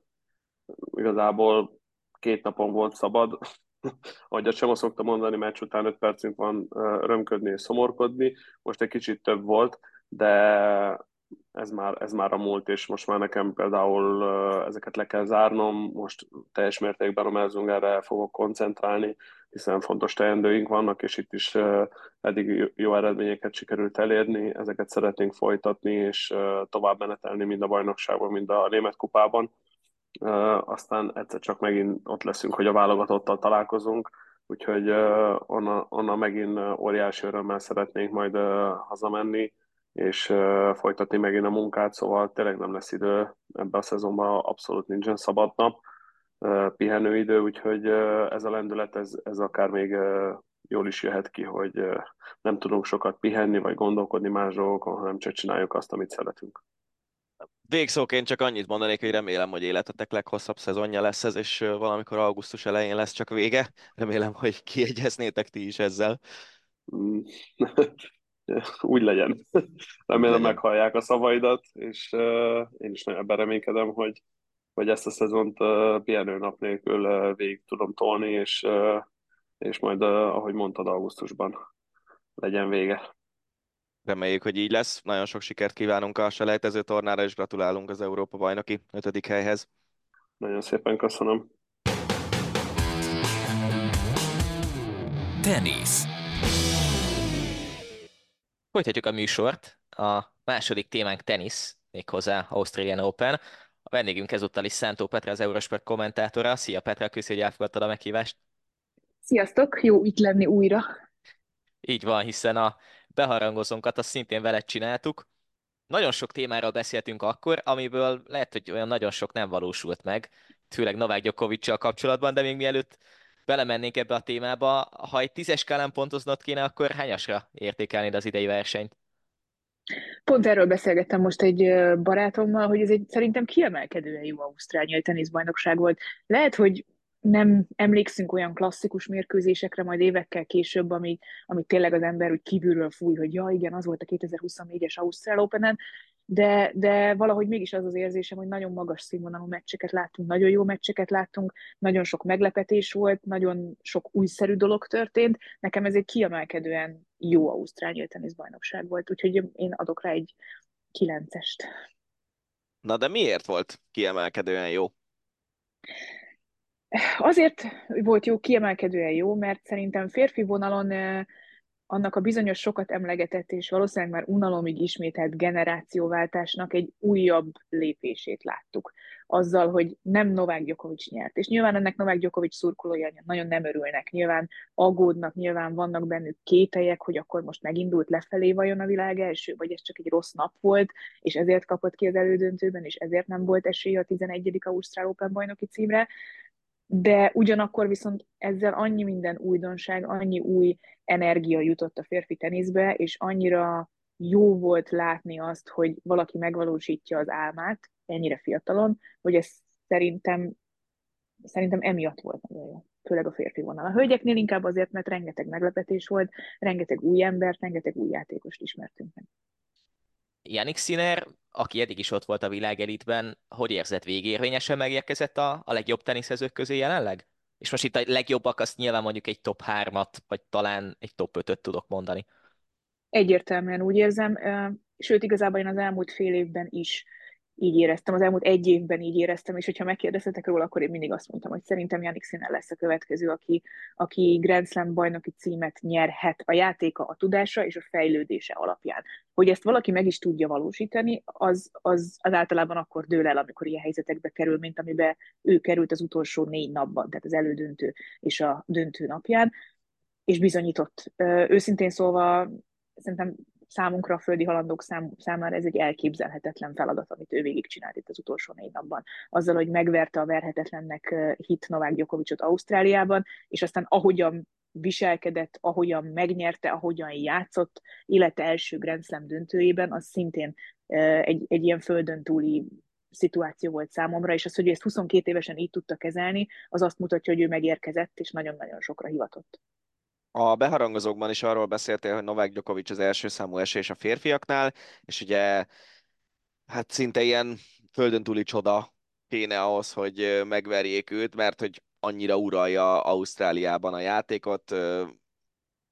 igazából két napon volt szabad. Ahogy a Csema szokta mondani, meccs után öt percünk van uh, römködni és szomorkodni, most egy kicsit több volt, de ez már, ez már a múlt, és most már nekem például ezeket le kell zárnom, most teljes mértékben a Merzungerre fogok koncentrálni, hiszen fontos teendőink vannak, és itt is eddig jó eredményeket sikerült elérni, ezeket szeretnénk folytatni, és tovább menetelni mind a bajnokságban, mind a német kupában. Aztán egyszer csak megint ott leszünk, hogy a válogatottal találkozunk, úgyhogy onnan, onnan megint óriási örömmel szeretnénk majd hazamenni, és folytatni megint a munkát, szóval tényleg nem lesz idő ebben a szezonban, abszolút nincsen szabad nap, pihenőidő, úgyhogy ez a lendület, ez, ez akár még jól is jöhet ki, hogy nem tudunk sokat pihenni, vagy gondolkodni más dolgokon, hanem csak csináljuk azt, amit szeretünk. Végszóként csak annyit mondanék, hogy remélem, hogy életetek leghosszabb szezonja lesz ez, és valamikor augusztus elején lesz csak vége. Remélem, hogy kiegyeznétek ti is ezzel. Mm. Úgy legyen. Remélem meghallják a szavaidat, és uh, én is nagyon ebben reménykedem, hogy, hogy ezt a szezont uh, pihenőnap nélkül uh, végig tudom tolni, és, uh, és majd, uh, ahogy mondtad, augusztusban legyen vége. Reméljük, hogy így lesz. Nagyon sok sikert kívánunk a selejtező tornára, és gratulálunk az Európa-bajnoki ötödik helyhez. Nagyon szépen köszönöm. Tenisz. Folytatjuk a műsort. A második témánk tenisz, méghozzá Australian Open. A vendégünk ezúttal is Szántó Petra, az Eurosport kommentátora. Szia Petra, köszi, hogy elfogadtad a meghívást. Sziasztok, jó itt lenni újra. Így van, hiszen a beharangozónkat azt szintén veled csináltuk. Nagyon sok témáról beszéltünk akkor, amiből lehet, hogy olyan nagyon sok nem valósult meg, főleg Novák Djokoviccal kapcsolatban, de még mielőtt belemennénk ebbe a témába, ha egy tízes skálán pontoznod kéne, akkor hányasra értékelnéd az idei versenyt? Pont erről beszélgettem most egy ö, barátommal, hogy ez egy szerintem kiemelkedően jó ausztrál nyílt teniszbajnokság volt. Lehet, hogy nem emlékszünk olyan klasszikus mérkőzésekre majd évekkel később, amik, amik tényleg az ember úgy kívülről fúj, hogy ja igen, az volt a kétezer-huszonnégyes Ausztrál Openen, de, de valahogy mégis az az érzésem, hogy nagyon magas színvonalú meccseket láttunk, nagyon jó meccseket láttunk, nagyon sok meglepetés volt, nagyon sok újszerű dolog történt. Nekem ez egy kiemelkedően jó ausztrál nyílt teniszbajnokság volt, úgyhogy én adok rá egy kilencest. Na de miért volt kiemelkedően jó? Azért volt jó, kiemelkedően jó, mert szerintem férfi vonalon eh, annak a bizonyos sokat emlegetett és valószínűleg már unalomig ismételt generációváltásnak egy újabb lépését láttuk. Azzal, hogy nem Novák Djokovic nyert. És nyilván ennek Novák Djokovic szurkolói nagyon nem örülnek. Nyilván aggódnak, nyilván vannak bennük kételyek, hogy akkor most megindult lefelé vajon a világ első, vagy ez csak egy rossz nap volt, és ezért kapott ki az elődöntőben, és ezért nem volt esélye a tizenegyedik Ausztrál Open bajnoki címre. De ugyanakkor viszont ezzel annyi minden újdonság, annyi új energia jutott a férfi teniszbe, és annyira jó volt látni azt, hogy valaki megvalósítja az álmát ennyire fiatalon, hogy ez szerintem, szerintem emiatt volt nagyon jó. Főleg a férfi vonal. A hölgyeknél inkább azért, mert rengeteg meglepetés volt, rengeteg új embert, rengeteg új játékost ismertünk meg. Jannik Sinner, aki eddig is ott volt a világelitben, hogy érzett, végérvényesen megérkezett a, a legjobb teniszezők közé jelenleg? És most itt a legjobbak, azt nyilván mondjuk egy top hármat, vagy talán egy top ötöt tudok mondani. Egyértelműen úgy érzem, sőt igazából én az elmúlt fél évben is így éreztem, az elmúlt egy évben így éreztem, és hogyha megkérdeztetek róla, akkor én mindig azt mondtam, hogy szerintem Jannik Sinner lesz a következő, aki, aki Grand Slam bajnoki címet nyerhet a játéka, a tudása és a fejlődése alapján. Hogy ezt valaki meg is tudja valósítani, az, az, az általában akkor dől el, amikor ilyen helyzetekbe kerül, mint amiben ő került az utolsó négy napban, tehát az elődöntő és a döntő napján, és bizonyított. Őszintén szólva, szerintem számunkra, a földi halandók szám, számára ez egy elképzelhetetlen feladat, amit ő végigcsinált itt az utolsó négy napban. Azzal, hogy megverte a verhetetlennek hit Novák Djokovicot Ausztráliában, és aztán ahogyan viselkedett, ahogyan megnyerte, ahogyan játszott élete első Grand Slam döntőjében, az szintén egy, egy ilyen földön túli szituáció volt számomra, és az, hogy ezt huszonkét évesen így tudta kezelni, az azt mutatja, hogy ő megérkezett, és nagyon-nagyon sokra hivatott. A beharangozókban is arról beszéltél, hogy Novák Djokovic az első számú esélyes a férfiaknál, és ugye hát szinte ilyen földön túli csoda kéne ahhoz, hogy megverjék őt, mert hogy annyira uralja Ausztráliában a játékot,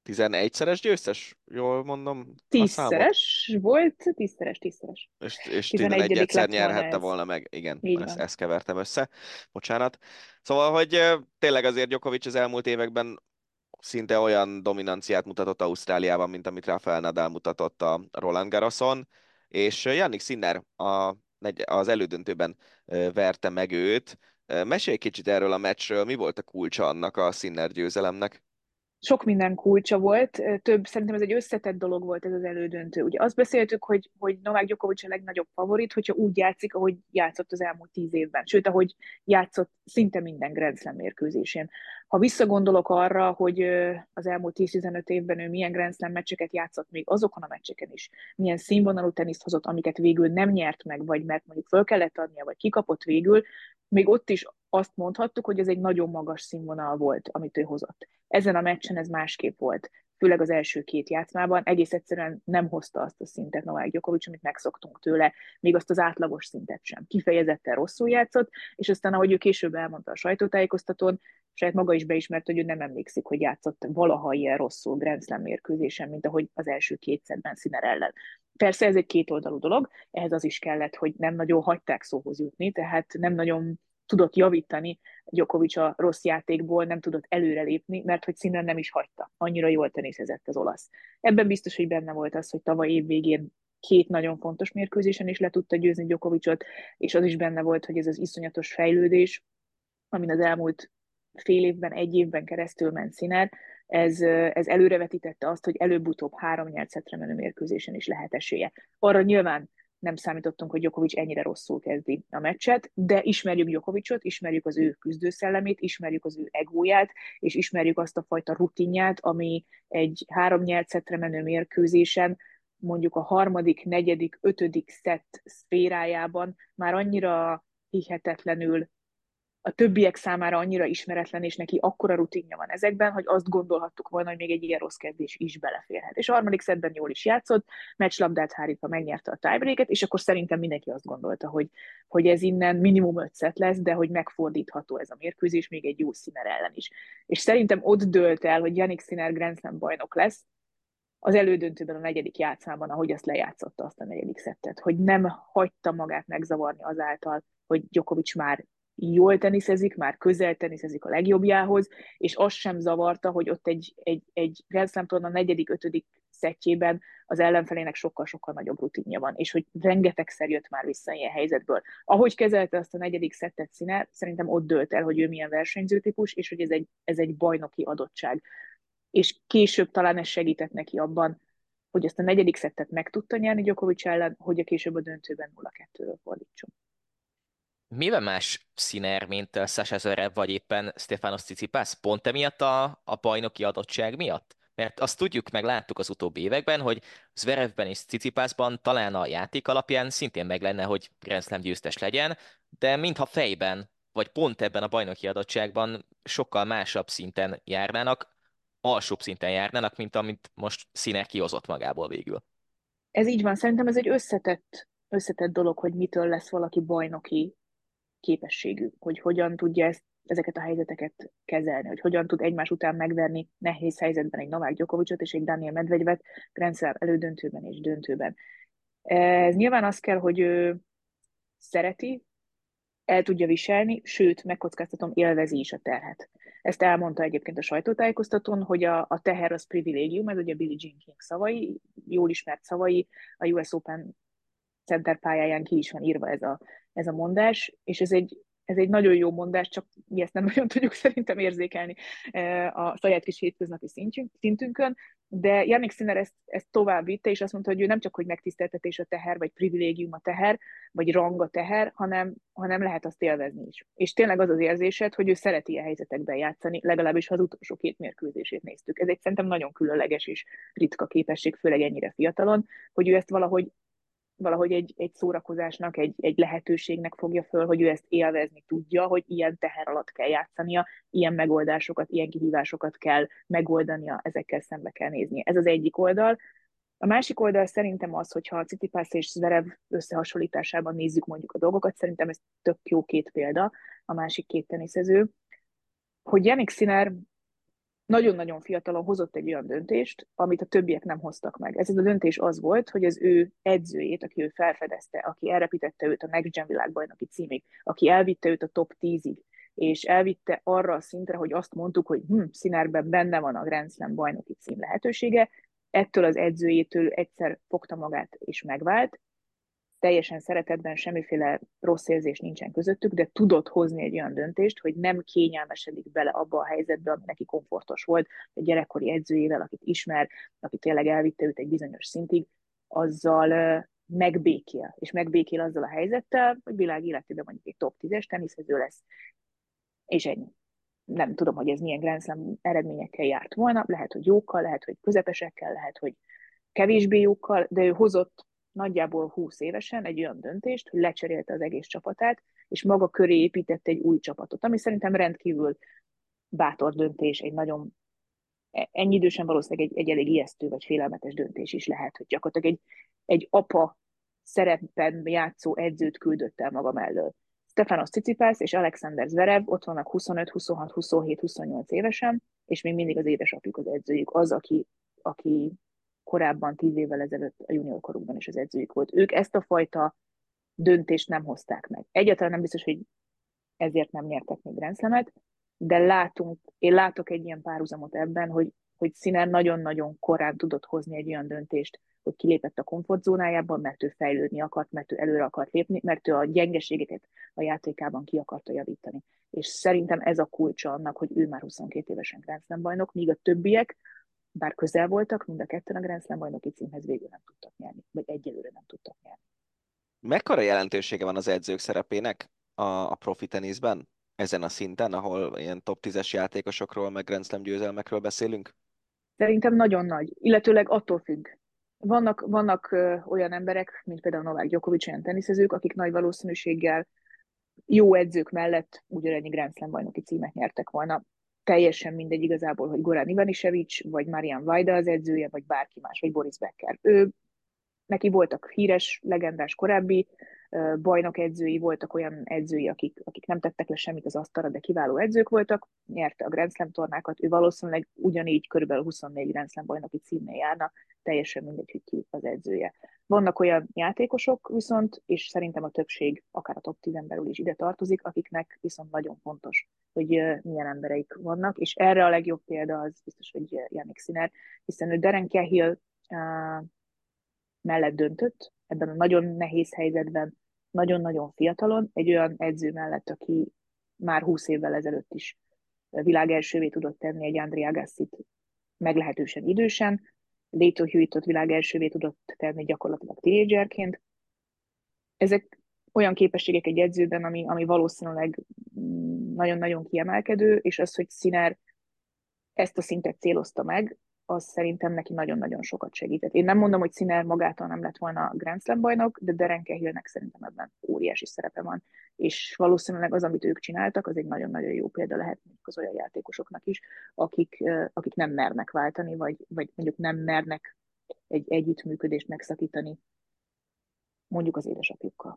tizenegyszeres győztes, jól mondom a számot? Tízszeres volt, tízszeres, tízszeres. És, és Tizenegyedik tizenegyszer lett volna nyerhette ez. volna meg. Igen, Így ezt, van. ezt kevertem össze. Bocsánat. Szóval, hogy ö, tényleg azért Djokovic az elmúlt években szinte olyan dominanciát mutatott Ausztráliában, mint amit Rafael Nadal mutatott a Roland Garroson, és Jannik Sinner a, az elődöntőben ö, verte meg őt. Ö, Mesélj kicsit erről a meccsről, mi volt a kulcsa annak a Sinner győzelemnek? Sok minden kulcsa volt, több, szerintem ez egy összetett dolog volt ez az elődöntő. Ugye azt beszéltük, hogy, hogy Novák Djokovic a legnagyobb favorit, hogyha úgy játszik, ahogy játszott az elmúlt tíz évben, sőt, ahogy játszott szinte minden Grand Slam mérkőzésén. Ha visszagondolok arra, hogy az elmúlt tíz-tizenöt évben ő milyen Grand Slam meccseket játszott még azokon a meccseken is, milyen színvonalú teniszt hozott, amiket végül nem nyert meg, vagy mert mondjuk föl kellett adnia, vagy kikapott végül, még ott is azt mondhattuk, hogy ez egy nagyon magas színvonal volt, amit ő hozott. Ezen a meccsen ez másképp volt, főleg az első két játszmában. Egész egyszerűen nem hozta azt a szintet Novák Djokovic, amit megszoktunk tőle, még azt az átlagos szintet sem. Kifejezetten rosszul játszott, és aztán, ahogy ő később elmondta a sajtótájékoztatón, saját maga is beismert, hogy ő nem emlékszik, hogy játszott valaha ilyen rosszul Grand Slam mérkőzésen, mint ahogy az első két szettben Sinner ellen. Persze ez egy kétoldalú dolog, ehhez az is kellett, hogy nem nagyon hagyták szóhoz jutni, tehát nem nagyon tudott javítani Djokovic a rossz játékból, nem tudott előrelépni, mert hogy színen nem is hagyta. Annyira jól teniszezett az olasz. Ebben biztos, hogy benne volt az, hogy tavaly év végén két nagyon fontos mérkőzésen is le tudta győzni Djokovicot, és az is benne volt, hogy ez az iszonyatos fejlődés, amin az elmúlt fél évben, egy évben keresztül ment Sinner, ez, ez előrevetítette azt, hogy előbb-utóbb három nyert szettre menő mérkőzésen is lehet esélye. Arra nyilván nem számítottunk, hogy Djokovic ennyire rosszul kezdi a meccset, de ismerjük Djokovicot, ismerjük az ő küzdőszellemét, ismerjük az ő egóját, és ismerjük azt a fajta rutinját, ami egy három nyert szettre menő mérkőzésen mondjuk a harmadik, negyedik, ötödik szett szférájában már annyira hihetetlenül a többiek számára annyira ismeretlen, és neki akkora rutinja van ezekben, hogy azt gondolhattuk volna, hogy még egy ilyen rossz kezdés is beleférhet. És a harmadik szettben jól is játszott, meccslabdát hárítva megnyerte a tiebreaket, és akkor szerintem mindenki azt gondolta, hogy, hogy ez innen minimum öt szett lesz, de hogy megfordítható ez a mérkőzés még egy jó Sinner ellen is. És szerintem ott dőlt el, hogy Jannik Sinner Grand Slam bajnok lesz, az elődöntőben a negyedik játszmában, ahogy azt lejátszotta azt a negyedik szettet, hogy nem hagyta magát megzavarni azáltal, hogy Djokovic már jól teniszezik, már közel teniszezik a legjobbjához, és azt sem zavarta, hogy ott egy, egy, egy Grand Slam torna negyedik, ötödik szettjében az ellenfelének sokkal-sokkal nagyobb rutinja van, és hogy rengetegszer jött már vissza ilyen helyzetből. Ahogy kezelte azt a negyedik szettet Sinner, szerintem ott dőlt el, hogy ő milyen versenyző típus, és hogy ez egy, ez egy bajnoki adottság. És később talán ez segített neki abban, hogy ezt a negyedik szettet meg tudta nyerni Djokovic ellen, hogy a később a döntőben nulla kettőről fordítson. Mivel más Sinner, mint Sasha Zverev, vagy éppen Stefanos Tsitsipas? Pont emiatt a, a bajnoki adottság miatt? Mert azt tudjuk, meg láttuk az utóbbi években, hogy Zverevben és Tsitsipasban talán a játék alapján szintén meg lenne, hogy Grand Slam győztes legyen, de mintha fejben, vagy pont ebben a bajnoki adottságban sokkal másabb szinten járnának, alsóbb szinten járnának, mint amit most Sinner kihozott magából végül. Ez így van, szerintem ez egy összetett, összetett dolog, hogy mitől lesz valaki bajnoki képességű, hogy hogyan tudja ezt, ezeket a helyzeteket kezelni, hogy hogyan tud egymás után megverni nehéz helyzetben egy Novák Djokovicot és egy Daniel Medvegyevet Grand Slam elődöntőben és döntőben. Ez nyilván az kell, hogy ő szereti, el tudja viselni, sőt, megkockáztatom, élvezi is a terhet. Ezt elmondta egyébként a sajtótájékoztatón, hogy a, a teher az privilégium, ez ugye Billie Jean King szavai, jól ismert szavai, a U S Open center pályáján ki is van írva ez a, ez a mondás, és ez egy, ez egy nagyon jó mondás, csak mi ezt nem nagyon tudjuk szerintem érzékelni a saját kis hétköznapi szintünkön, de Jannik Sinner ezt, ezt tovább vitte, és azt mondta, hogy ő nem csak, hogy megtiszteltetés a teher, vagy privilégium a teher, vagy rang a teher, hanem, hanem lehet azt élvezni is. És tényleg az az érzésed, hogy ő szereti ilyen helyzetekben játszani, legalábbis ha az utolsó két mérkőzését néztük. Ez egy szerintem nagyon különleges és ritka képesség, főleg ennyire fiatalon, hogy ő ezt valahogy valahogy egy, egy szórakozásnak, egy, egy lehetőségnek fogja föl, hogy ő ezt élvezni tudja, hogy ilyen teher alatt kell játszania, ilyen megoldásokat, ilyen kihívásokat kell megoldania, ezekkel szembe kell nézni. Ez az egyik oldal. A másik oldal szerintem az, hogyha a Tsitsipas és Zverev összehasonlításában nézzük mondjuk a dolgokat, szerintem ez tök jó két példa, a másik két teniszező, hogy Jannik Sinner nagyon-nagyon fiatalon hozott egy olyan döntést, amit a többiek nem hoztak meg. Ez a döntés az volt, hogy az ő edzőjét, aki ő felfedezte, aki elrepítette őt a Next Gen világbajnoki címig, aki elvitte őt a top tízig, és elvitte arra a szintre, hogy azt mondtuk, hogy hm, Sinnerben benne van a Grand Slam bajnoki cím lehetősége, ettől az edzőjétől egyszer fogta magát és megvált, teljesen szeretetben, semmiféle rossz érzés nincsen közöttük, de tudott hozni egy olyan döntést, hogy nem kényelmesedik bele abba a helyzetbe, ami neki komfortos volt, a gyerekkori edzőjével, akit ismer, aki tényleg elvitte őt egy bizonyos szintig, azzal megbékél, és megbékél azzal a helyzettel, hogy világ életében mondjuk egy top tízes teniszező lesz, és ennyi. Nem tudom, hogy ez milyen Grand Slam eredményekkel járt volna, lehet, hogy jókkal, lehet, hogy közepesekkel, lehet, hogy kevésbé jókkal, de ő hozott nagyjából húsz évesen egy olyan döntést, hogy lecserélte az egész csapatát, és maga köré épített egy új csapatot, ami szerintem rendkívül bátor döntés, egy nagyon ennyi idősen valószínűleg egy, egy elég ijesztő vagy félelmetes döntés is lehet, hogy gyakorlatilag egy, egy apa szerepben játszó edzőt küldött el maga mellől. Stefanos Tsitsipas és Alexander Zverev ott vannak huszonöt, huszonhat, huszonhét, huszonnyolc évesen, és még mindig az édesapjuk az edzőjük, az, aki, aki korábban tíz évvel ezelőtt a junior korukban is az edzőjük volt. Ők ezt a fajta döntést nem hozták meg. Egyáltalán nem biztos, hogy ezért nem nyertek még Grand Slamet, de látunk, én látok egy ilyen párhuzamot ebben, hogy, hogy Sinner nagyon-nagyon korán tudott hozni egy olyan döntést, hogy kilépett a komfortzónájában, mert ő fejlődni akart, mert ő előre akart lépni, mert ő a gyengeségeket a játékában ki akarta javítani. És szerintem ez a kulcsa annak, hogy ő már huszonkét évesen Grand Slam bajnok, míg a többiek, bár közel voltak, mind a ketten a Grand Slam bajnoki címhez végül nem tudtak nyerni, vagy egyelőre nem tudtak nyerni. Mekkora jelentősége van az edzők szerepének a, a profi teniszben, ezen a szinten, ahol ilyen top tízes játékosokról, meg Grand Slam győzelmekről beszélünk? Szerintem nagyon nagy, illetőleg attól függ. Vannak, vannak ö, olyan emberek, mint például Novák Djokovic, olyan teniszezők, akik nagy valószínűséggel jó edzők mellett ugyanennyi Grand Slam bajnoki címet nyertek volna. Teljesen mindegy igazából, hogy Goran Ivanisevic, vagy Marian Vajda az edzője, vagy bárki más, vagy Boris Becker. Ő, neki voltak híres, legendás korábbi bajnok edzői, voltak olyan edzői, akik, akik nem tettek le semmit az asztalra, de kiváló edzők voltak, nyerte a Grand Slam tornákat, ő valószínűleg ugyanígy körülbelül huszonnégy Grand Slam bajnoki címnél járna, teljesen mindegy, hogy ki az edzője. Vannak olyan játékosok viszont, és szerintem a többség, akár a top tízen belül is ide tartozik, akiknek viszont nagyon fontos, hogy milyen embereik vannak, és erre a legjobb példa az biztos, hogy Jannik Sinner, hiszen ő Darren Cahill uh, mellett döntött, ebben a nagyon nehéz helyzetben, nagyon-nagyon fiatalon, egy olyan edző mellett, aki már húsz évvel ezelőtt is világ elsővé tudott tenni egy André Agassit meglehetősen idősen, Leighton Hewitt-ot világ elsővé tudott tenni gyakorlatilag tínédzserként. Ezek olyan képességek egy edzőben, ami, ami valószínűleg nagyon-nagyon kiemelkedő, és az, hogy Sinner ezt a szintet célozta meg, az szerintem neki nagyon-nagyon sokat segített. Én nem mondom, hogy Sinner magától nem lett volna Grand Slam bajnok, de Darren Cahillnek szerintem ebben óriási szerepe van. És valószínűleg az, amit ők csináltak, az egy nagyon-nagyon jó példa lehet az olyan játékosoknak is, akik, akik nem mernek váltani, vagy, vagy mondjuk nem mernek egy együttműködést megszakítani mondjuk az édesapjukkal.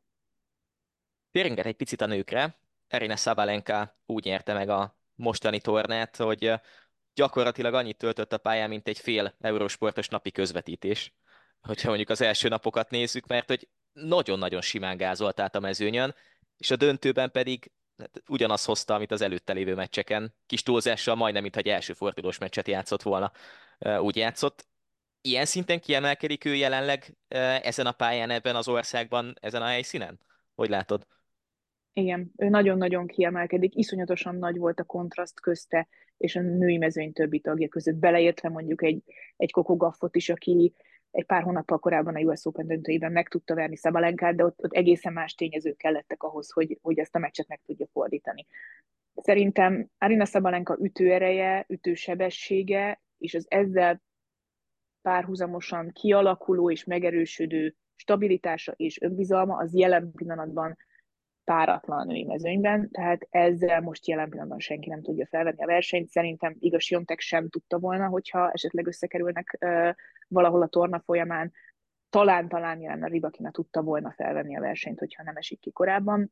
Térjünk egy picit a nőkre. Aryna Sabalenka úgy nyerte meg a mostani tornát, hogy gyakorlatilag annyit töltött a pályán, mint egy fél Eurosportos napi közvetítés, hogyha mondjuk az első napokat nézzük, mert hogy nagyon-nagyon simán gázolt át a mezőnyön, és a döntőben pedig hát, ugyanaz hozta, amit az előtte lévő meccseken, kis túlzással majdnem, mintha egy első fordulós meccset játszott volna, úgy játszott. Ilyen szinten kiemelkedik ő jelenleg ezen a pályán, ebben az országban, ezen a helyszínen? Hogy látod? Igen, ő nagyon-nagyon kiemelkedik, iszonyatosan nagy volt a kontraszt közte és a női mezőny többi tagja között, beleértve mondjuk egy, egy Coco Gauffot is, aki egy pár hónappal korábban a U S Open döntőjében meg tudta verni Szabalenkát, de ott, ott egészen más tényezők kellettek ahhoz, hogy, hogy ezt a meccset meg tudja fordítani. Szerintem Aryna Sabalenka ütőereje, ütősebessége, és az ezzel párhuzamosan kialakuló és megerősödő stabilitása és önbizalma az jelen pillanatban páratlan a női mezőnyben, tehát ezzel most jelen pillanatban senki nem tudja felvenni a versenyt. Szerintem Iga Swiatek sem tudta volna, hogyha esetleg összekerülnek uh, valahol a torna folyamán. Talán-talán jelen a Rybakina tudta volna felvenni a versenyt, hogyha nem esik ki korábban.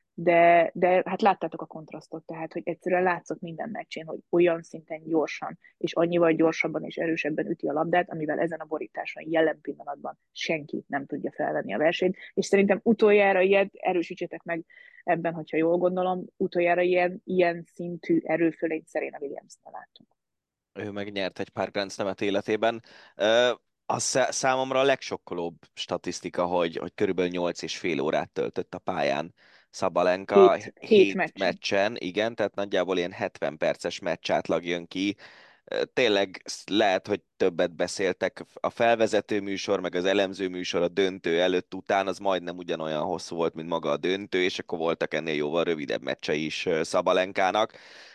de, de hát láttátok a kontrasztot, tehát, hogy egyszerűen látszott minden meccsén, hogy olyan szinten gyorsan, és annyival gyorsabban és erősebben üti a labdát, amivel ezen a borításon jelen pillanatban senki nem tudja felvenni a versenyt, és szerintem utoljára ilyet, erősítsétek meg ebben, hogyha jól gondolom, utoljára ilyen, ilyen szintű erőfölényt Serena Williamsnál láttunk. Ő megnyert egy pár Grand Slamet életében. Ö, Az szá- számomra a legsokkolóbb statisztika, hogy, hogy körülbelül nyolc és fél órát töltött a pályán Szabalenka Hét, hét hét meccsen. meccsen, igen, tehát nagyjából ilyen hetven perces meccsátlag jön ki. Ö, Tényleg lehet, hogy többet beszéltek. A felvezető műsor, meg az elemző műsor a döntő előtt után, az majdnem ugyanolyan hosszú volt, mint maga a döntő, és akkor voltak ennél jóval rövidebb meccsei is ö, Szabalenkának.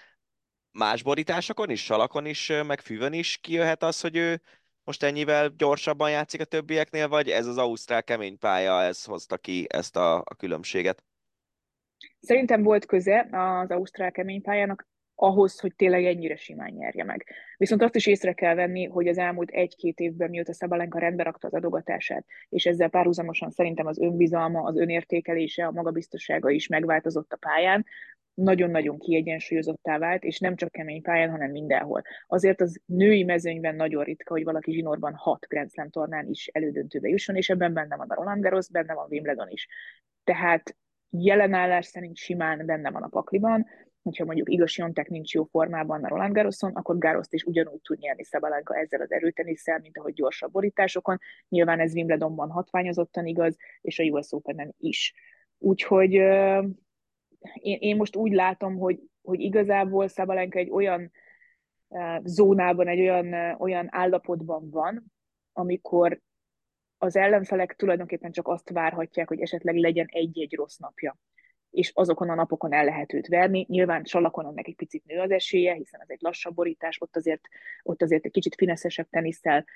Más borításokon is, salakon is, meg füvön is kijöhet az, hogy ő most ennyivel gyorsabban játszik a többieknél, vagy ez az ausztrál kemény pálya, ez hozta ki ezt a, a különbséget? Szerintem volt köze az ausztrál keménypályának ahhoz, hogy tényleg ennyire simán nyerje meg. Viszont azt is észre kell venni, hogy az elmúlt egy-két évben, mióta Szabalenka rendbe rakta az adogatását, és ezzel párhuzamosan szerintem az önbizalma, az önértékelése, a magabiztossága is megváltozott a pályán, nagyon-nagyon kiegyensúlyozottá vált, és nem csak kemény pályán, hanem mindenhol. Azért az női mezőnyben nagyon ritka, hogy valaki zsinórban hat Grand Slam tornán is elődöntőbe jusson, és ebben benne van a Roland Garros, benne van Wimbledon is. Tehát jelenállás szerint simán benne van a pakliban, hogyha mondjuk Iga Swiatek nincs jó formában a Roland Garroson, akkor Garrost is ugyanúgy tud nyerni Szabalenka ezzel az erőtenisszel, mint ahogy gyorsabb borításokon. Nyilván ez Wimbledonban hatványozottan igaz, és a U S Openen is. Úgyhogy euh, én, én most úgy látom, hogy, hogy igazából Szabalenka egy olyan uh, zónában, egy olyan, uh, olyan állapotban van, amikor az ellenfelek tulajdonképpen csak azt várhatják, hogy esetleg legyen egy-egy rossz napja, és azokon a napokon el lehet őt verni. Nyilván salakon ennek egy picit nő az esélye, hiszen ez egy lassabb borítás, ott azért, ott azért egy kicsit fineszesebb tenisszel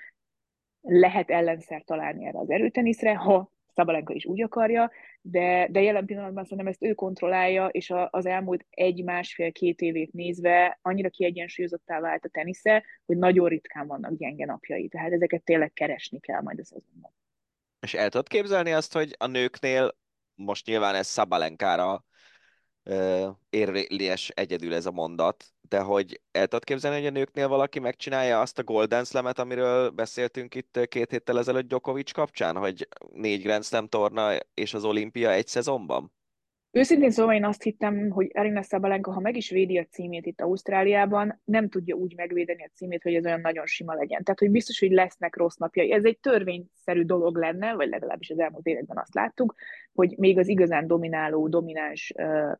lehet ellenszer találni erre az erőteniszre, ha Szabalenka is úgy akarja, de, de jelen pillanatban szerintem ezt ő kontrollálja, és a, az elmúlt egy-másfél-két évét nézve annyira kiegyensúlyozottá vált a tenisze, hogy nagyon ritkán vannak gyenge napjai. Tehát ezeket tényleg keresni kell majd a szezonban. És el tudod képzelni azt, hogy a nőknél, most nyilván ez Szabalenkára ö, érvényes egyedül ez a mondat, de hogy el tudod képzelni, hogy a nőknél valaki megcsinálja azt a Golden Slam-et, amiről beszéltünk itt két héttel ezelőtt Djokovic kapcsán, hogy négy Grand Slam torna és az olimpia egy szezonban? Őszintén szóval én azt hittem, hogy Aryna Sabalenka, ha meg is védi a címét itt Ausztráliában, nem tudja úgy megvédeni a címét, hogy ez olyan nagyon sima legyen. Tehát, hogy biztos, hogy lesznek rossz napjai. Ez egy törvényszerű dolog lenne, vagy legalábbis az elmúlt években azt láttuk, hogy még az igazán domináló, domináns,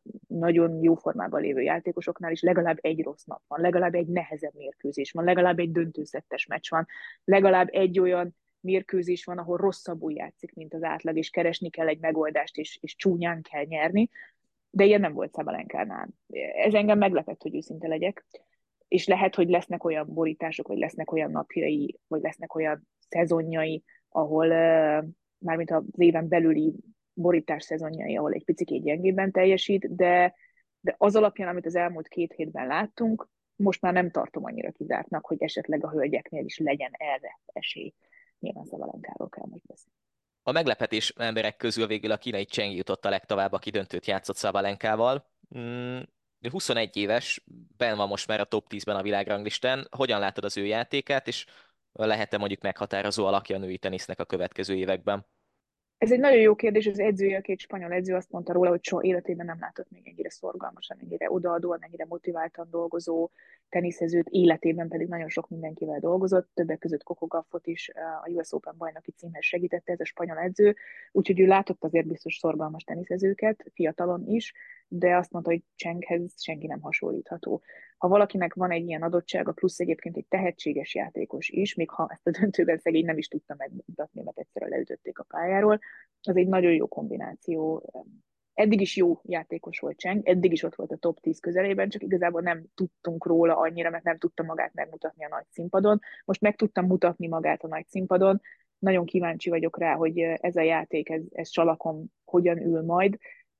nagyon jó formában lévő játékosoknál is legalább egy rossz nap van, legalább egy nehezebb mérkőzés van, legalább egy döntőszettes meccs van, legalább egy olyan mérkőzés van, ahol rosszabbul játszik, mint az átlag, és keresni kell egy megoldást, és, és csúnyán kell nyerni, de ilyen nem volt Szabalenkánál. Ez engem meglepett, hogy őszinte legyek, és lehet, hogy lesznek olyan borítások, vagy lesznek olyan napjai, vagy lesznek olyan szezonjai, ahol uh, mármint az éven belüli borítás szezonjai, ahol egy picit gyengébben teljesít, de, de az alapján, amit az elmúlt két hétben láttunk, most már nem tartom annyira kizártnak, hogy esetleg a hölgyeknél is legyen erre esély. Nyilván Szabalenkáról kell most beszélni. A meglepetés emberek közül végül a kínai Cheng jutott a legtovább, aki döntőt játszott Szabalenkával. Mm, huszonegy éves, benn van most már a top tízben a világranglistán. Hogyan látod az ő játékát, és lehet-e mondjuk meghatározó alakja a női tenisznek a következő években? Ez egy nagyon jó kérdés, az edzője, a két spanyol edző azt mondta róla, hogy soha életében nem látott még ennyire szorgalmasan, ennyire odaadóan, ennyire motiváltan dolgozó teniszezőt, életében pedig nagyon sok mindenkivel dolgozott, többek között Coco Gauffot is a U S Open bajnoki címhez segítette ez a spanyol edző, úgyhogy ő látott azért biztos szorgalmas teniszezőket, fiatalon is, de azt mondta, hogy Chenghez senki nem hasonlítható. Ha valakinek van egy ilyen adottsága, plusz egyébként egy tehetséges játékos is, még ha ezt a döntőben szegény nem is tudta megmutatni, mert egyszerűen leütötték a pályáról, az egy nagyon jó kombináció. Eddig is jó játékos volt Cheng, eddig is ott volt a top tíz közelében, csak igazából nem tudtunk róla annyira, mert nem tudta magát megmutatni a nagy színpadon. Most meg tudtam mutatni magát a nagy színpadon. Nagyon kíváncsi vagyok rá, hogy ez a játék, ez, ez salakon hogyan ül majd,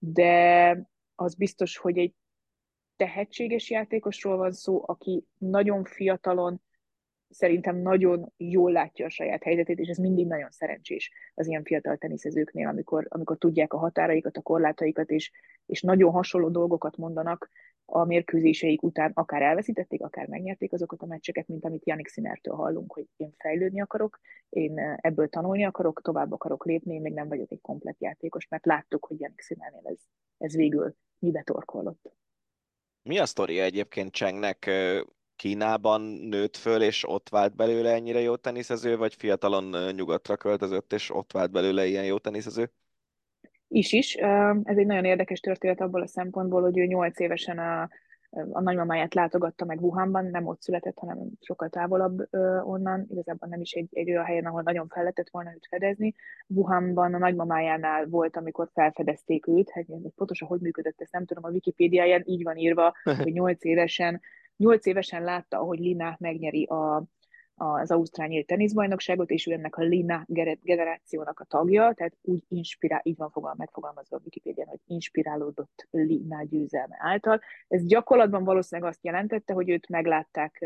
de az biztos, hogy egy tehetséges játékosról van szó, aki nagyon fiatalon szerintem nagyon jól látja a saját helyzetét, és ez mindig nagyon szerencsés az ilyen fiatal teniszezőknél, amikor, amikor tudják a határaikat, a korlátaikat, és, és nagyon hasonló dolgokat mondanak a mérkőzéseik után, akár elveszítették, akár megnyerték azokat a meccseket, mint amit Jannik Sinnertől hallunk, hogy én fejlődni akarok, én ebből tanulni akarok, tovább akarok lépni, én még nem vagyok egy komplett játékos, mert láttuk, hogy Jannik Sinnernél ez, ez végül mibe torkollott. Mi a sztoria egyébként Chengnek? Kínában nőtt föl, és ott vált belőle ennyire jó teniszező, vagy fiatalon nyugatra költözött, és ott vált belőle ilyen jó teniszező? Is is. Ez egy nagyon érdekes történet abból a szempontból, hogy ő nyolc évesen a, a nagymamáját látogatta meg Wuhanban, nem ott született, hanem sokkal távolabb onnan, igazából nem is egy, egy olyan helyen, ahol nagyon fel lehetett volna őt fedezni. Wuhanban a nagymamájánál volt, amikor felfedezték őt, hát pontosan hogy működött, ezt nem tudom, a Wikipédiáján így van írva, hogy nyolc évesen, nyolc évesen látta, ahogy Lina megnyeri a az ausztrál nyílt teniszbajnokságot, és ő ennek a Lina generációnak a tagja, tehát úgy inspirál, így van fogal, megfogalmazva a Wikipédián, hogy inspirálódott Lina győzelme által. Ez gyakorlatban valószínűleg azt jelentette, hogy őt meglátták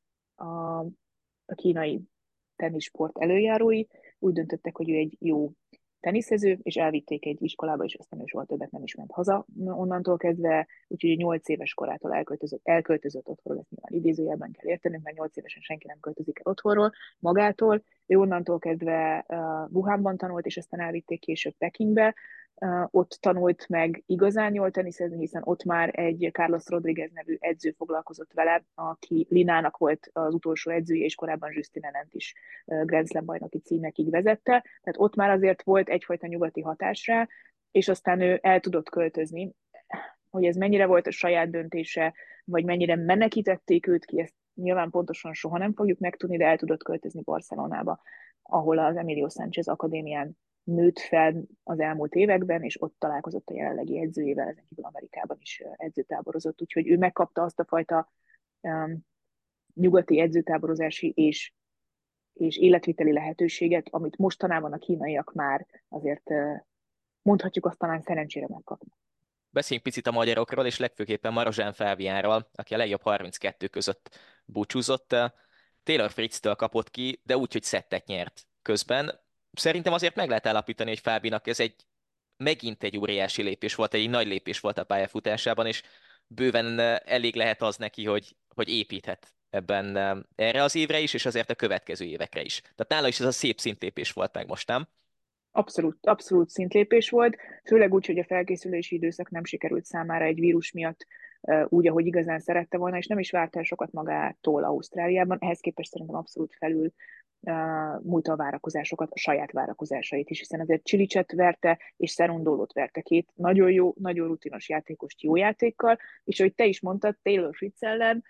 a, a kínai tenisport előjárói, úgy döntöttek, hogy ő egy jó teniszező, és elvitték egy iskolába, és aztán ő soha többet nem is ment haza onnantól kezdve, úgyhogy nyolc éves korától elköltözött, elköltözött otthonról, ezt nyilván idézőjelben kell értenünk, mert nyolc évesen senki nem költözik el otthonról magától. Ő onnantól kezdve uh, Wuhanban tanult, és aztán elvitték később Pekingbe, Uh, ott tanult meg igazán jól teniszezni, hiszen ott már egy Carlos Rodriguez nevű edző foglalkozott vele, aki Linának volt az utolsó edzője, és korábban Justinenent is uh, Grand Slam bajnoki címekig vezette. Tehát ott már azért volt egyfajta nyugati hatás rá, és aztán ő el tudott költözni. Hogy ez mennyire volt a saját döntése, vagy mennyire menekítették őt ki, ezt nyilván pontosan soha nem fogjuk megtudni, de el tudott költözni Barcelonába, ahol az Emilio Sánchez Akadémián nőtt fel az elmúlt években, és ott találkozott a jelenlegi edzőjével, ezen kívül Amerikában is edzőtáborozott, úgyhogy ő megkapta azt a fajta um, nyugati edzőtáborozási és, és életviteli lehetőséget, amit mostanában a kínaiak már azért uh, mondhatjuk azt talán szerencsére megkapnak. Beszéljünk picit a magyarokról, és legfőképpen Marozsán Fábiánról, aki a legjobb harminckettő között búcsúzott. Taylor Fritz-től kapott ki, de úgy, hogy szettet nyert közben. Szerintem azért meg lehet állapítani, hogy Fábinak ez egy megint egy óriási lépés volt, egy nagy lépés volt a pályafutásában, és bőven elég lehet az neki, hogy, hogy építhet ebben erre az évre is, és azért a következő évekre is. Tehát nála is ez a szép szintlépés volt meg most, nem? Abszolút, abszolút szintlépés volt, főleg úgy, hogy a felkészülési időszak nem sikerült számára egy vírus miatt úgy, ahogy igazán szerette volna, és nem is várt el sokat magától Ausztráliában. Ehhez képest szerintem abszolút felül uh, múlta a várakozásokat, a saját várakozásait is, hiszen azért Csilicset verte, és Szerundólót verte, két nagyon jó, nagyon rutinos játékost jó játékkal, és ahogy te is mondtad, Taylor Fritz ellen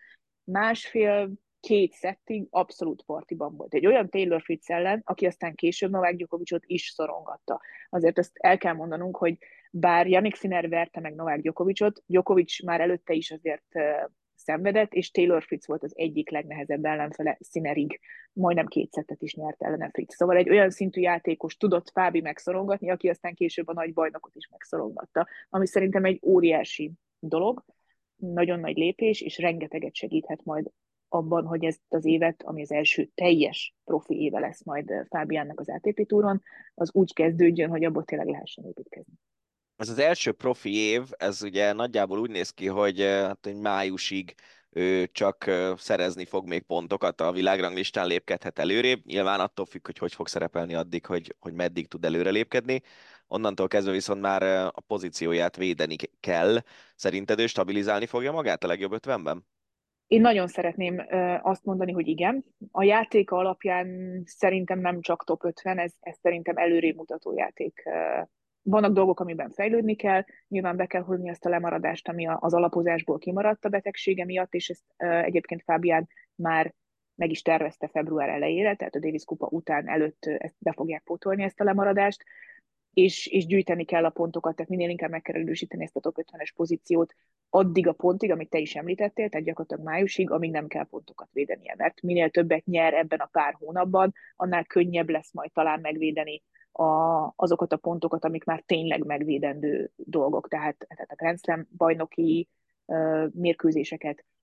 másfél két szettig abszolút partiban volt. Egy olyan Taylor Fritz ellen, aki aztán később Novák Djokovicot is szorongatta. Azért ezt el kell mondanunk, hogy bár Jannik Sinner verte meg Novák Djokovicot, Djokovic már előtte is azért uh, szenvedett, és Taylor Fritz volt az egyik legnehezebb ellenfele Sinnerig. Majdnem két szettet is nyert ellene Fritz. Szóval egy olyan szintű játékos tudott Fábi megszorongatni, aki aztán később a nagy bajnokot is megszorongatta, ami szerintem egy óriási dolog, nagyon nagy lépés, és rengeteget segíthet majd abban, hogy ezt az évet, ami az első teljes profi éve lesz majd Fábiánnak az á té pé túron, az úgy kezdődjön, hogy abból tényleg lehessen építkezni. Ez az első profi év, ez ugye nagyjából úgy néz ki, hogy hát, hogy májusig ő csak szerezni fog még pontokat, a világranglistán lépkedhet előrébb. Nyilván attól függ, hogy hogy fog szerepelni addig, hogy, hogy meddig tud előre lépkedni. Onnantól kezdve viszont már a pozícióját védeni kell. Szerinted ő stabilizálni fogja magát a legjobb ötvenben? Én nagyon szeretném azt mondani, hogy igen. A játéka alapján szerintem nem csak top ötven, ez, ez szerintem előrébb mutató játék. Vannak dolgok, amiben fejlődni kell, nyilván be kell hozni ezt a lemaradást, ami az alapozásból kimaradt a betegsége miatt, és ezt egyébként Fábián már meg is tervezte február elejére, tehát a Davis kupa után előtt ezt be fogják pótolni, ezt a lemaradást, és, és gyűjteni kell a pontokat, tehát minél inkább meg kell erősíteni ezt a top ötvenes pozíciót addig a pontig, amit te is említettél, tehát gyakorlatilag májusig, amíg nem kell pontokat védenie, mert minél többet nyer ebben a pár hónapban, annál könnyebb lesz majd talán megvédeni a, azokat a pontokat, amik már tényleg megvédendő dolgok, tehát, tehát a Grand Slam bajnoki uh, mérkőzéseket,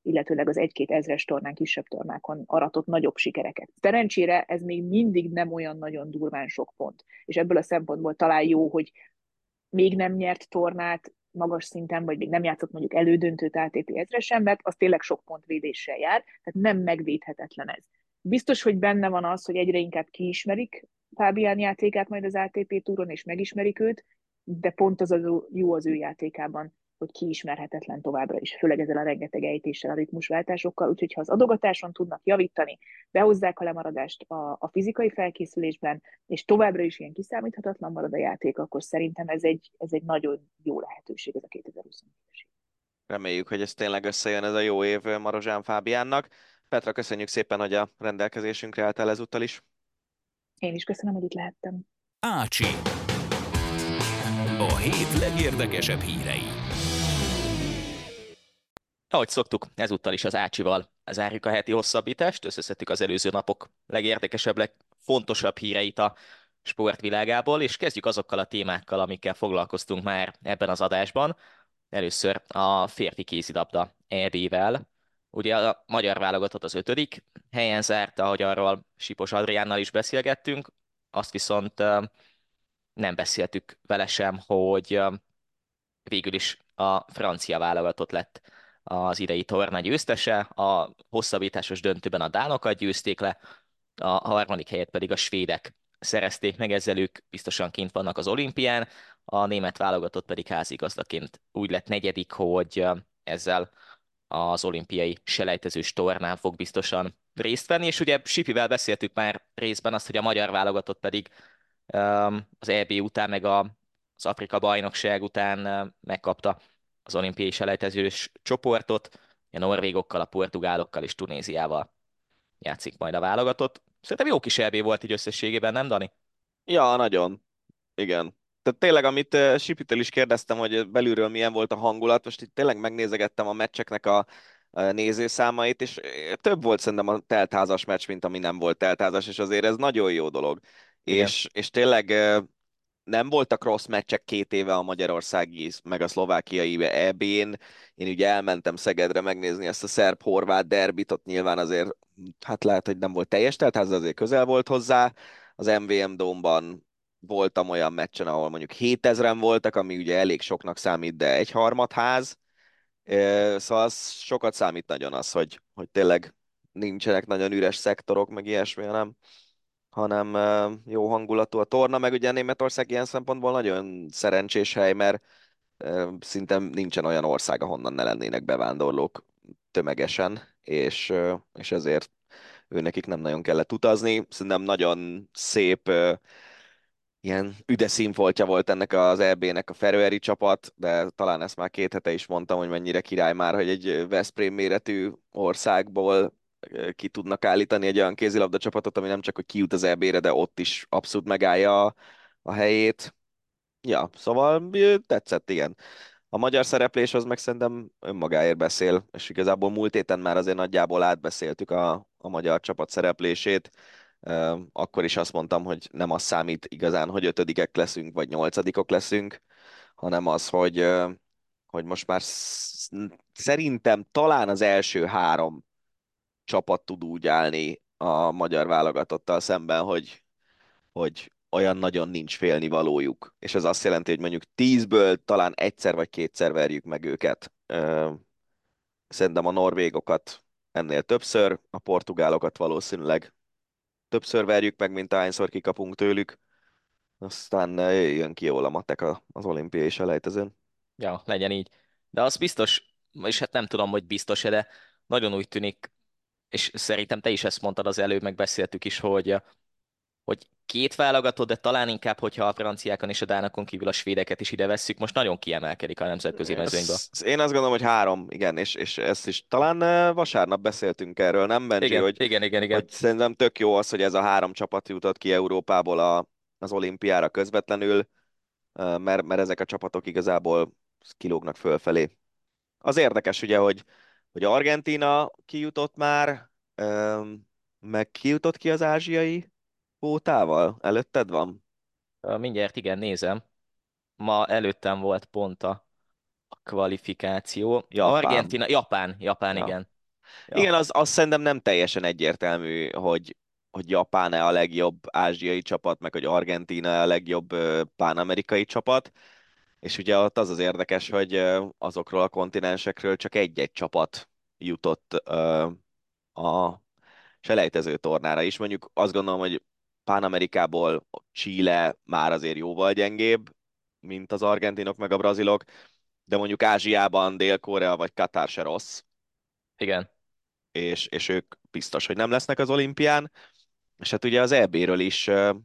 illetőleg az egy-két ezres tornán, kisebb tornákon aratott nagyobb sikereket. Szerencsére ez még mindig nem olyan nagyon durván sok pont, és ebből a szempontból talán jó, hogy még nem nyert tornát magas szinten, vagy még nem játszott mondjuk elődöntőt á té pé ezresen, mert az tényleg sok pontvédéssel jár, tehát nem megvédhetetlen ez. Biztos, hogy benne van az, hogy egyre inkább kiismerik Fábián játékát majd az á té pé túron, és megismerik őt, de pont az, az jó az ő játékában, hogy kiismerhetetlen továbbra is, főleg ezzel a rengeteg ejtéssel, a ritmusváltásokkal, úgyhogy ha az adogatáson tudnak javítani, behozzák a lemaradást a, a fizikai felkészülésben, és továbbra is ilyen kiszámíthatatlan marad a játék, akkor szerintem ez egy, ez egy nagyon jó lehetőség ez a kétezer-huszonnégyes. Reméljük, hogy ez tényleg összejön ez a jó év Marozsán Fábiánnak. Petra, köszönjük szépen, hogy a rendelkezésünkre álltál ezúttal is. Én is köszönöm, hogy itt lehettem. Ácsi. A hét legérdekesebb hírei. Ahogy szoktuk, ezúttal is az Ácsival zárjuk a heti hosszabbítást, összeszedtük az előző napok legérdekesebb, legfontosabb híreit a sportvilágából, és kezdjük azokkal a témákkal, amikkel foglalkoztunk már ebben az adásban. Először a férfi kézilabda é bé-vel. Ugye a magyar válogatott az ötödik helyen zárt, ahogy arról Sipos Adriánnal is beszélgettünk, azt viszont ö, nem beszéltük vele sem, hogy ö, végül is a francia válogatott lett az idei torna győztese, a hosszabbításos döntőben a dánokat győzték le, a harmadik helyet pedig a svédek szerezték meg, ezzel ők biztosan kint vannak az olimpián, a német válogatott pedig házigazdaként úgy lett negyedik, hogy ezzel az olimpiai selejtezős tornán fog biztosan részt venni, és ugye Sipivel beszéltük már részben azt, hogy a magyar válogatott pedig az é bé után, meg a, az Afrika bajnokság után megkapta az olimpiai selejtezős csoportot, a norvégokkal, a portugálokkal és Tunéziával játszik majd a válogatott. Szerintem jó kis é bé volt így összességében, nem, Dani? Ja, nagyon. Igen. Tehát tényleg, amit uh, Sipitől is kérdeztem, hogy belülről milyen volt a hangulat, most itt tényleg megnézegettem a meccseknek a, a nézőszámait, és eh, több volt szerintem a teltházas meccs, mint ami nem volt teltházas, és azért ez nagyon jó dolog. Igen. És, és tényleg uh, nem voltak rossz meccsek két éve a magyarországi, meg a szlovákiai é bén. Én ugye elmentem Szegedre megnézni ezt a szerb-horvát derbit, ott nyilván azért, hát lehet, hogy nem volt teljes teltház, de azért közel volt hozzá. Az em vé em Dome-ban voltam olyan meccsen, ahol mondjuk hétezren voltak, ami ugye elég soknak számít, de egy harmad ház. Ö, Szóval az sokat számít nagyon az, hogy, hogy tényleg nincsenek nagyon üres szektorok, meg ilyesmi, hanem hanem ö, jó hangulatú a torna, meg ugye Németország ilyen szempontból nagyon szerencsés hely, mert ö, szinte nincsen olyan ország, ahonnan ne lennének bevándorlók tömegesen, és, ö, és ezért őnekik nem nagyon kellett utazni. Szerintem nagyon szép ö, ilyen üde színfoltja volt ennek az é bének a Feröeri csapat, de talán ezt már két hete is mondtam, hogy mennyire király már, hogy egy Veszprém méretű országból eh, ki tudnak állítani egy olyan kézilabda csapatot, ami nem csak, hogy kijut az é bére, de ott is abszolút megállja a, a helyét. Ja, szóval eh, tetszett, igen. A magyar szereplés az meg szerintem önmagáért beszél, és igazából múlt héten már azért nagyjából átbeszéltük a, a magyar csapat szereplését. Ö, Akkor is azt mondtam, hogy nem az számít igazán, hogy ötödikek leszünk, vagy nyolcadikok leszünk, hanem az, hogy, ö, hogy most már sz- szerintem talán az első három csapat tud úgy állni a magyar válogatottal szemben, hogy, hogy olyan nagyon nincs félnivalójuk. És ez azt jelenti, hogy mondjuk tízből talán egyszer vagy kétszer verjük meg őket. Ö, Szerintem a norvégokat ennél többször, a portugálokat valószínűleg többször verjük meg, mint ahányszor kikapunk tőlük. Aztán ö, jön ki jól a matek a- az olimpiai selejtezőn. Ja, legyen így. De az biztos, és hát nem tudom, hogy biztos-e, de nagyon úgy tűnik, és szerintem te is ezt mondtad az előbb, meg beszéltük is, hogy, hogy két válogatott, de talán inkább, hogyha a franciákon és a dánokon kívül a svédeket is ide vesszük, most nagyon kiemelkedik a nemzetközi mezőnybe. Ez, én azt gondolom, hogy három, igen, és, és ezt is talán ö, vasárnap beszéltünk erről, nem, Benji, Igen, hogy, igen, igen, igen. hogy szerintem tök jó az, hogy ez a három csapat jutott ki Európából a, az olimpiára közvetlenül, ö, mert, mert ezek a csapatok igazából kilógnak fölfelé. Az érdekes ugye, hogy, hogy Argentína kijutott már, öm, meg kijutott ki az ázsiai kvótával? Előtted van? Ö, Mindjárt igen, nézem. Ma előttem volt pont a a kvalifikáció. Japán. Argentina, Japán, Japán, Ja. igen. Igen, Ja, az, az szerintem nem teljesen egyértelmű, hogy, hogy Japán-e a legjobb ázsiai csapat, meg hogy Argentína a legjobb ö, pánamerikai csapat. És ugye ott az az érdekes, hogy ö, azokról a kontinensekről csak egy-egy csapat jutott ö, a selejtező tornára is. Mondjuk azt gondolom, hogy Pán-Amerikából Chile már azért jóval gyengébb, mint az argentinok meg a brazilok, de mondjuk Ázsiában Dél-Korea vagy Katár se rossz, igen. és, és ők biztos, hogy nem lesznek az olimpián. És hát ugye az é bé-ről is uh,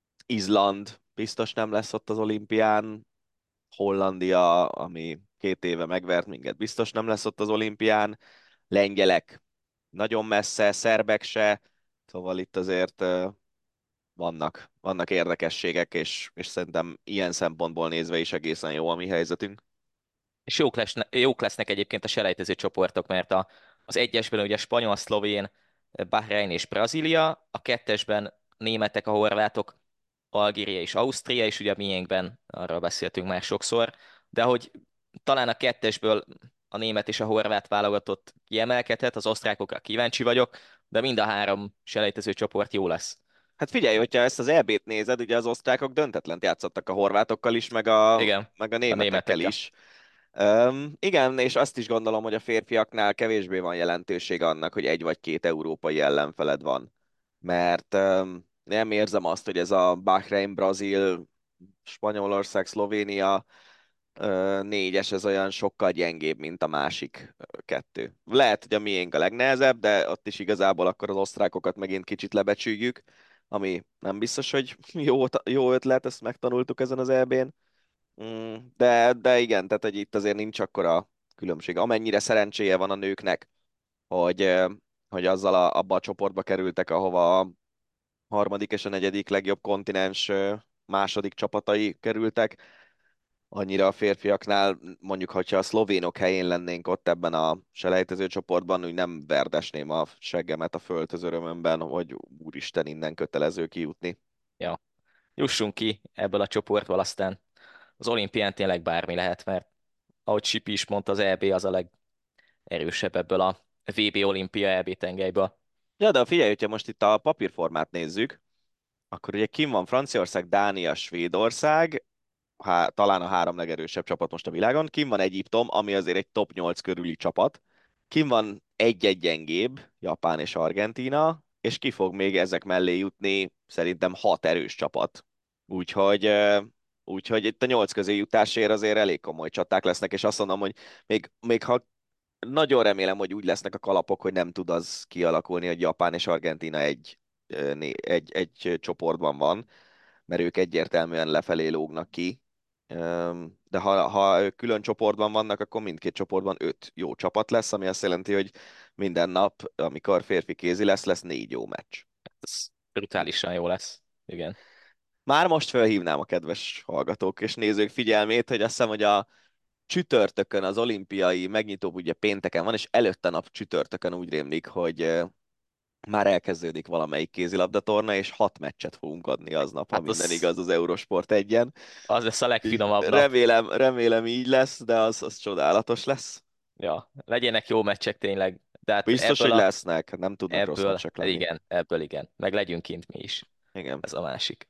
Izland biztos nem lesz ott az olimpián, Hollandia, ami két éve megvert minket, biztos nem lesz ott az olimpián, lengyelek nagyon messze, szerbek se, szóval itt azért uh, vannak, vannak érdekességek, és, és szerintem ilyen szempontból nézve is egészen jó a mi helyzetünk. És jók, lesne, jók lesznek egyébként a selejtező csoportok, mert a, az egyesben ugye spanyol, szlovén, Bahrein és Brazília, a kettesben németek, a horvátok, Algéria és Ausztria, és ugye a miénkben, arról beszéltünk már sokszor, de hogy talán a kettesből a német és a horvát válogatott kiemelkedhet, az osztrákokra kíváncsi vagyok, de mind a három selejtező csoport jó lesz. Hát figyelj, hogyha ezt az é bét nézed, ugye az osztrákok döntetlent játszottak a horvátokkal is, meg a, Igen, meg a a németekkel németekkel. is. Um, igen, és azt is gondolom, hogy a férfiaknál kevésbé van jelentőség annak, hogy egy vagy két európai ellenfeled van. Mert um, nem érzem azt, hogy ez a Bahrein, Brazil, Spanyolország, Szlovénia ö, négyes, ez olyan sokkal gyengébb, mint a másik ö, kettő. Lehet, hogy a miénk a legnehezebb, de ott is igazából akkor az osztrákokat megint kicsit lebecsüljük, ami nem biztos, hogy jó, jó ötlet, ezt megtanultuk ezen az é bén. Mm, de, de igen, tehát hogy itt azért nincs akkora különbség. Amennyire szerencséje van a nőknek, hogy, ö, hogy azzal a, abba a csoportba kerültek, ahova a harmadik és a negyedik legjobb kontinens ö, második csapatai kerültek, annyira a férfiaknál, mondjuk, hogyha a szlovénok helyén lennénk ott ebben a selejtező csoportban, úgy nem verdesném a seggemet a földhöz örömömben, hogy úristen, innen kötelező kijutni. Ja. Jussunk ki ebből a csoportból, aztán az olimpián tényleg bármi lehet, mert ahogy Sipi is mondta, az é bé az a legerősebb ebből a vé bé olimpia é bé tengelyből. Ja, de figyelj, hogyha most itt a papírformát nézzük, akkor ugye kim van Franciaország, Dánia, Svédország, há, talán a három legerősebb csapat most a világon. Kim van Egyiptom, ami azért egy top nyolc körüli csapat. Kim van egy-egy gyengébb, Japán és Argentína, és ki fog még ezek mellé jutni, szerintem hat erős csapat. Úgyhogy, eh, úgyhogy itt a nyolc közé jutásért azért elég komoly csaták lesznek, és azt mondom, hogy még, még ha nagyon remélem, hogy úgy lesznek a kalapok, hogy nem tud az kialakulni, hogy Japán és Argentína egy, eh, né- egy, egy csoportban van, mert ők egyértelműen lefelé lógnak ki. Öm, De ha, ha ők külön csoportban vannak, akkor mindkét csoportban öt jó csapat lesz, ami azt jelenti, hogy minden nap, amikor férfi kézi lesz, lesz négy jó meccs. Ez brutálisan jó lesz. Igen. Már most felhívnám a kedves hallgatók és nézők figyelmét, hogy azt hiszem, hogy a csütörtökön az olimpiai megnyitó ugye pénteken van, és előtte nap csütörtökön úgy rémlik, hogy ö, már elkezdődik valamelyik kézilabdatorna, és hat meccset fogunk adni aznap, ha Hát minden az, igaz az Eurosport egyen. az lesz a Így legfinomabb nap. remélem, remélem így lesz, de az, az csodálatos lesz. Ja, legyenek jó meccsek tényleg. De hát Biztos, ebből hogy a, lesznek, nem tudnak rossz ebből, meccsek lenni. igen, ebből igen. Meg legyünk kint mi is. Igen. Ez a másik.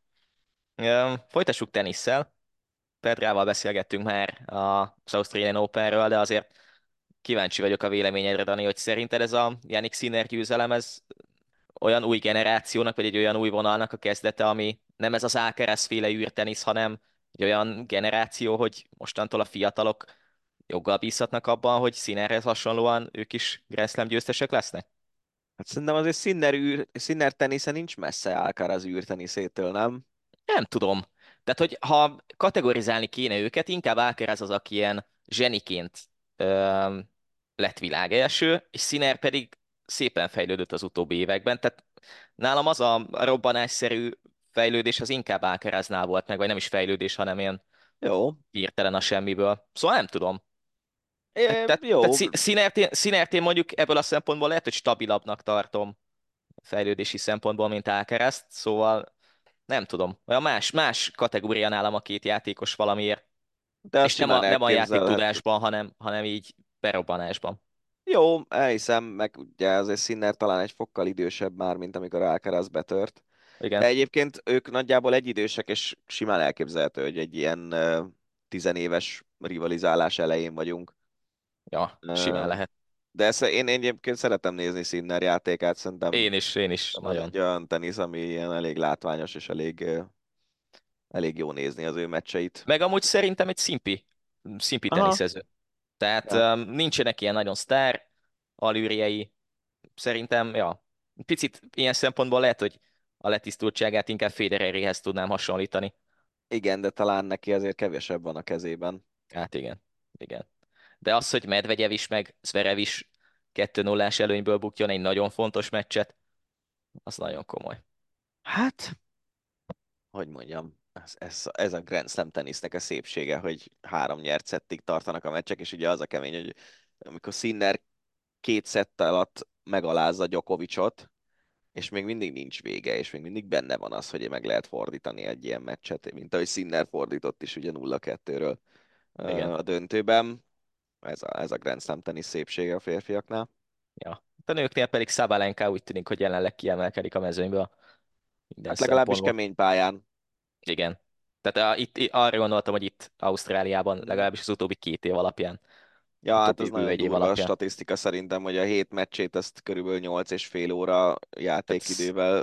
Üm, Folytassuk tenisszel. Petrával beszélgettünk már az Australian Openről, de azért kíváncsi vagyok a véleményedre, Dani, hogy szerinted ez a Jannik Sinner győzelem, ez olyan új generációnak, vagy egy olyan új vonalnak a kezdete, ami nem ez az Alcaraz féle űrtenisz, hanem egy olyan generáció, hogy mostantól a fiatalok joggal bízhatnak abban, hogy Sinnerhez hasonlóan ők is Grand Slam győztesek lesznek? Hát szerintem azért Sinner, űr, Sinner tenisze nincs messze Alcaraz űrteniszétől, nem? Nem tudom. Tehát, hogy ha kategorizálni kéne őket, inkább Alcaraz az, aki ilyen zseniként öm, lett világelső, és Sinner pedig szépen fejlődött az utóbbi években. Tehát nálam az a robbanásszerű fejlődés az inkább Alcaraznál volt meg, vagy nem is fejlődés, hanem ilyen Jó. hirtelen a semmiből. Szóval nem tudom. É, Tehát, tehát jó. Szí- Sinert én, Sinert én mondjuk ebből a szempontból lehet, hogy stabilabbnak tartom fejlődési szempontból, mint Alcarazt, szóval nem tudom. Olyan más, más kategória nálam a két játékos valamiért. De És azt nem simán a, nem a játék elképzelhető. tudásban, hanem, hanem így berobbanásban. Jó, elhiszem, meg ugye azért Sinner talán egy fokkal idősebb már, mint amikor Alcaraz betört. De Igen. egyébként ők nagyjából egyidősek, és simán elképzelhető, hogy egy ilyen uh, tizenéves rivalizálás elején vagyunk. Ja, simán Uh, lehet. de ezt én, én egyébként szeretem nézni Sinner játékát, szerintem Én is, én is, az nagyon. egy olyan tenisz, ami ilyen elég látványos, és elég, uh, elég jó nézni az ő meccseit. Meg amúgy szerintem egy szimpi, szimpi Aha. teniszező. Tehát Ja. um, nincsenek ilyen nagyon sztár alűrjei. Szerintem, ja, picit ilyen szempontból lehet, hogy a letisztultságát inkább Federeréhez tudnám hasonlítani. Igen, de talán neki azért kevesebb van a kezében. Hát igen, igen. De az, hogy Medvegyev is, meg Zverev is kettő nulla előnyből bukjon egy nagyon fontos meccset, az nagyon komoly. Hát, hogy mondjam, ez, ez, ez a Grand Slam tenisznek a szépsége, hogy három nyert szettig tartanak a meccsek, és ugye az a kemény, hogy amikor Sinner két szett alatt megalázza Djokovicot, és még mindig nincs vége, és még mindig benne van az, hogy meg lehet fordítani egy ilyen meccset, mint ahogy Sinner fordított is ugye nulla kettőről Igen. a döntőben. Ez a, ez a Grand Slam tenisz szépsége a férfiaknál. Ja. A nőknél pedig Szabalenka úgy tűnik, hogy jelenleg kiemelkedik a mezőnyből minden Hát legalábbis szempontból. kemény pályán. Igen. Tehát a, itt, itt, arra gondoltam, hogy itt Ausztráliában Mm. legalábbis az utóbbi két év alapján, Ja, hát az utóbbi bő nagyon egy év durva a alapján. statisztika szerintem, hogy a hét meccsét ezt körülbelül nyolc és fél óra Tehát ez, játékidővel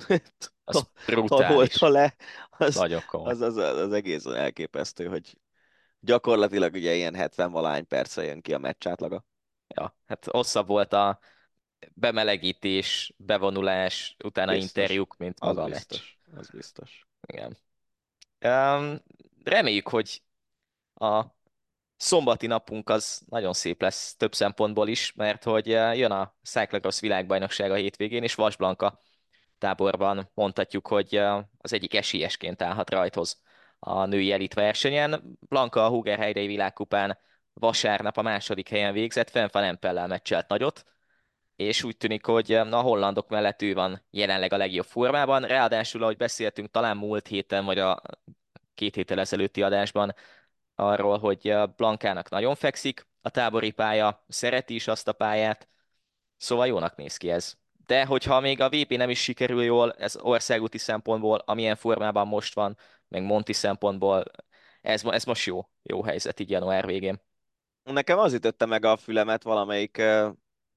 az tololta brutális. le. Az, Nagyon komoly. az, az, az egészen elképesztő, hogy gyakorlatilag ugye ilyen hetven-valány percre jön ki a meccs átlaga. Ja, hát hosszabb volt a bemelegítés, bevonulás, utána Biztos. interjúk, mint Az maga a meccs. biztos. Az biztos. Igen. Um, reméljük, hogy a szombati napunk az nagyon szép lesz több szempontból is, mert hogy eh, jön a Cyclocross világbajnokság a hétvégén, és Vas Blanka táborban mondhatjuk, hogy eh, az egyik esélyesként állhat rajthoz a női elit versenyen. Blanka a Húgerheidei világkupán vasárnap a második helyen végzett, Van van Empellel meccselt nagyot, és úgy tűnik, hogy eh, a hollandok mellett ő van jelenleg a legjobb formában. Ráadásul, ahogy beszéltünk, talán múlt héten, vagy a két héttel ezelőtti adásban arról, hogy eh, Blankának nagyon fekszik a tábori pálya, szereti is azt a pályát, szóval jónak néz ki ez. De hogyha még a vé pé nem is sikerül jól, ez országúti szempontból, amilyen formában most van, meg Monti szempontból, ez, mo- ez most jó, jó helyzet így január végén. Nekem az ütötte meg a fülemet valamelyik, eh,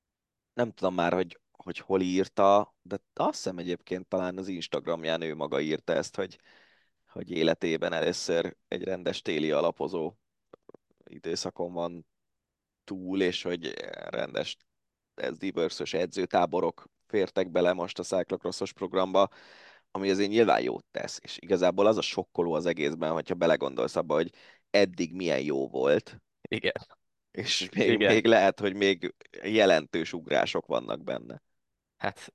nem tudom már, hogy, hogy hol írta, de azt hiszem egyébként talán az Instagramján ő maga írta ezt, hogy, hogy életében először egy rendes téli alapozó időszakon van túl, és hogy rendes es dé Works-ös edzőtáborok fértek bele most a cyclocrossos programba, ami azért nyilván jót tesz, és igazából az a sokkoló az egészben, hogyha belegondolsz abba, hogy eddig milyen jó volt, Igen, és még, igen. még lehet, hogy még jelentős ugrások vannak benne. Hát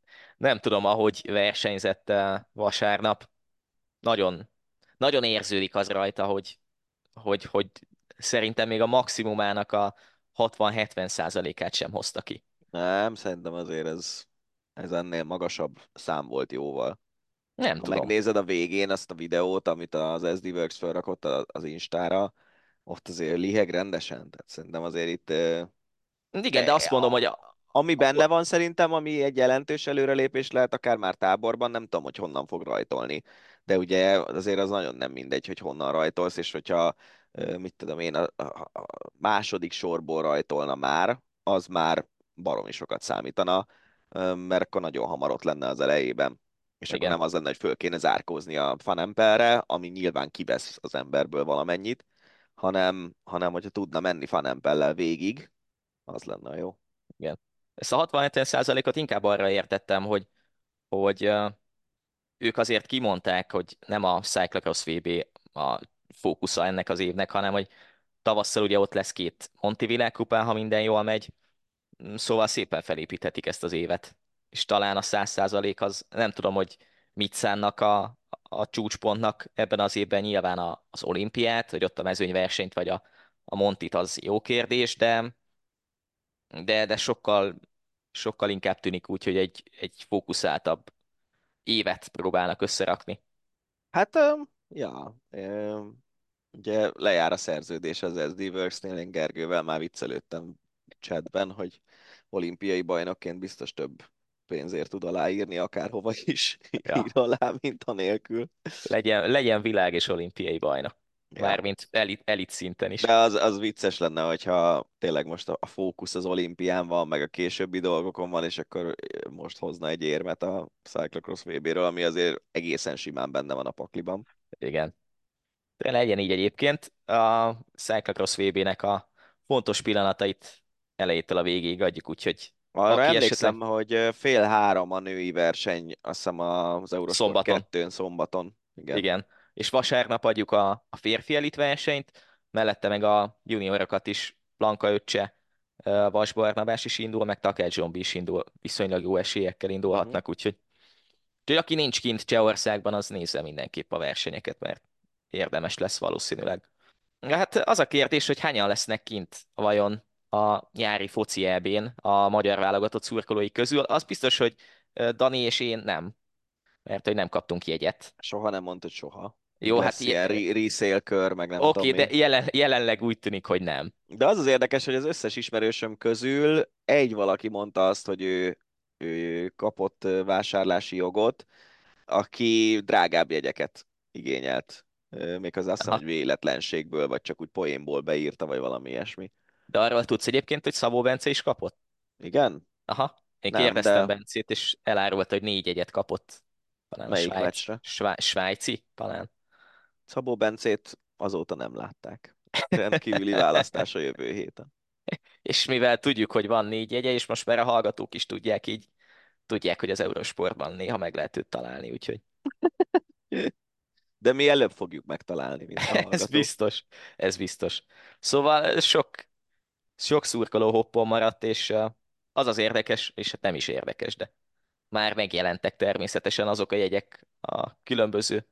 nem tudom, ahogy versenyzett eh, vasárnap, nagyon, nagyon érződik az rajta, hogy, hogy, hogy szerintem még a maximumának a hatvan-hetven százalékát sem hozta ki. Nem, szerintem azért ez, ez ennél magasabb szám volt jóval. Nem Ha tudom. megnézed a végén azt a videót, amit az es dé Works felrakott a- az Instára, ott azért liheg rendesen. Tehát szerintem azért itt eh, Igen, de E, azt mondom, hogy a- a, ami a, benne van szerintem, ami egy jelentős előrelépés lehet akár már táborban, nem tudom, hogy honnan fog rajtolni. De ugye azért az nagyon nem mindegy, hogy honnan rajtolsz, és hogyha ö, mit tudom én, a, a, a második sorból rajtolna már, az már baromi sokat számítana, ö, mert akkor nagyon hamar ott lenne az elejében. És akkor igen, nem az lenne, hogy föl kéne zárkózni a Fanempelre, ami nyilván kivesz az emberből valamennyit, hanem, hanem hogyha tudna menni Fanempellel végig, az lenne a jó. igen. Ezt a hatvan-hetven százalékot inkább arra értettem, hogy, hogy ö, ők azért kimondták, hogy nem a Cyclocross vé bé a fókusza ennek az évnek, hanem hogy tavasszal ugye ott lesz két Monti világkupán, ha minden jól megy, Mm, szóval szépen felépíthetik ezt az évet. És talán a száz százalék az, nem tudom, hogy mit szánnak a, a csúcspontnak ebben az évben, nyilván a, az olimpiát, hogy ott a mezőnyversenyt vagy a, a Montit, az jó kérdés, de, de, de sokkal, sokkal inkább tűnik úgy, hogy egy, egy fókuszáltabb évet próbálnak összerakni. Hát, öm, ja, öm, ugye lejár a szerződés az es dé Works-nél, én Gergővel már viccelődtem chatben, hogy olimpiai bajnokként biztos több pénzért tud aláírni akárhova is ír Ja, alá, mint anélkül. legyen, legyen világ és olimpiai bajnok. Ja. Mármint elit, elit szinten De is. az, az vicces lenne, hogyha tényleg most a, a fókusz az olimpián van, meg a későbbi dolgokon van, és akkor most hozna egy érmet a Cyclocross vé bé-ről, ami azért egészen simán benne van a pakliban. Igen. De legyen így egyébként. A Cyclocross vé bé-nek a fontos pillanatait elejétől a végéig adjuk, úgyhogy Arra aki emlékszem, esetleg hogy fél három a női verseny, azt hiszem az Eurosport szombaton, kettőn szombaton. Igen. igen, és vasárnap adjuk a, a férfi elit versenyt, mellette meg a juniorokat is, Blanka Öccse, ö, Vas Barnabás is indul, meg Taker Zsombi is indul, viszonylag jó esélyekkel Uh-huh. indulhatnak, úgyhogy, úgyhogy aki nincs kint Csehországban, az nézze mindenképp a versenyeket, mert érdemes lesz valószínűleg. Hát az a kérdés, hogy hányan lesznek kint vajon a nyári foci é bén a magyar válogatott szurkolói közül. Az biztos, hogy ö, Dani és én nem, mert hogy nem kaptunk jegyet. Soha nem mondtad soha, hogy Jó, hát lesz ilyen je- re- resale kör, meg nem tudom oké, de mi. jelen, jelenleg úgy tűnik, hogy nem. De az az érdekes, hogy az összes ismerősöm közül egy valaki mondta azt, hogy ő, ő kapott ö, vásárlási jogot, aki drágább jegyeket igényelt. Ö, Méghozzá azt hiszem, hogy Aha. véletlenségből, vagy csak úgy poénból beírta, vagy valami ilyesmi. De arról tudsz egyébként, hogy Szabó Bence is kapott? Igen? Aha. Én Nem, kérdeztem de Bencét, és elárulta, hogy négy jegyet kapott. Talán a melyik Svájc, meccsre? Svá, svájci, talán. Szabó Bencét azóta nem látták. Rendkívüli választás a jövő héten. És mivel tudjuk, hogy van négy jegye, és most már a hallgatók is tudják, így tudják, hogy az Eurosportban néha meg lehet őt találni, úgyhogy De mi előbb fogjuk megtalálni, mint a ez hallgatók. biztos, ez biztos. Szóval sok, sok szurkoló hoppon maradt, és uh, az az érdekes, és hát nem is érdekes, de már megjelentek természetesen azok a jegyek a különböző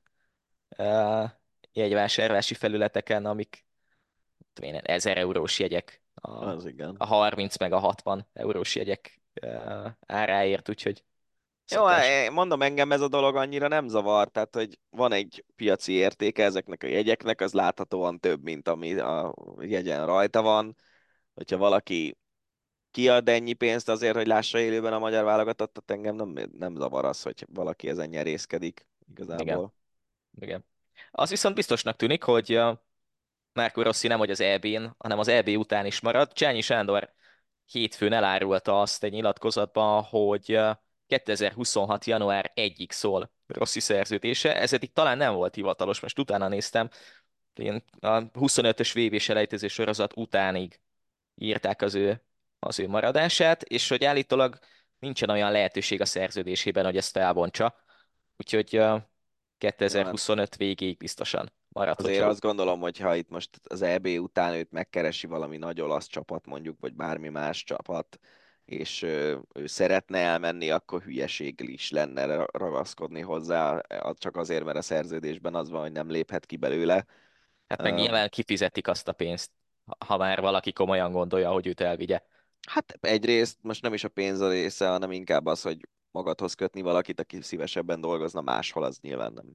uh, jegyvásárlási felületeken, amik tudom én, ezer eurós jegyek, a, Az igen. a harminc meg a hatvan eurós jegyek uh, áráért, úgyhogy Jó, hát szokás. én mondom, engem ez a dolog annyira nem zavar, tehát hogy van egy piaci értéke ezeknek a jegyeknek, az láthatóan több, mint ami a jegyen rajta van. Hogyha valaki kiad ennyi pénzt azért, hogy lássa élőben a magyar válogatottat, engem nem, nem zavar az, hogy valaki ezen nyerészkedik Igen, igazából. igen. Az viszont biztosnak tűnik, hogy uh, Márko Rossi nem hogy az é bén, hanem az é bé után is marad. Csányi Sándor hétfőn elárulta azt egy nyilatkozatban, hogy uh, kétezer-huszonhat. január elsejéig szól Rossi szerződése. Ez eddig talán nem volt hivatalos, most utána néztem. Én a huszonötös vé bé selejtező sorozat utánig írták az ő, az ő maradását, és hogy állítólag nincsen olyan lehetőség a szerződésében, hogy ezt felbontsa. Úgyhogy uh, Jó, hát kétezer-huszonöt végéig biztosan marad, azért hogyha azt gondolom, hogy ha itt most az é bé után őt megkeresi valami nagy olasz csapat mondjuk, vagy bármi más csapat, és ö, ő szeretne elmenni, akkor hülyeség is lenne ra- ragaszkodni hozzá, a- csak azért, mert a szerződésben az van, hogy nem léphet ki belőle. hát meg Öm, nyilván kifizetik azt a pénzt, ha ha már valaki komolyan gondolja, hogy őt elvigye. Hát egyrészt most nem is a pénz a része, hanem inkább az, hogy magadhoz kötni valakit, aki szívesebben dolgozna máshol, az nyilván nem,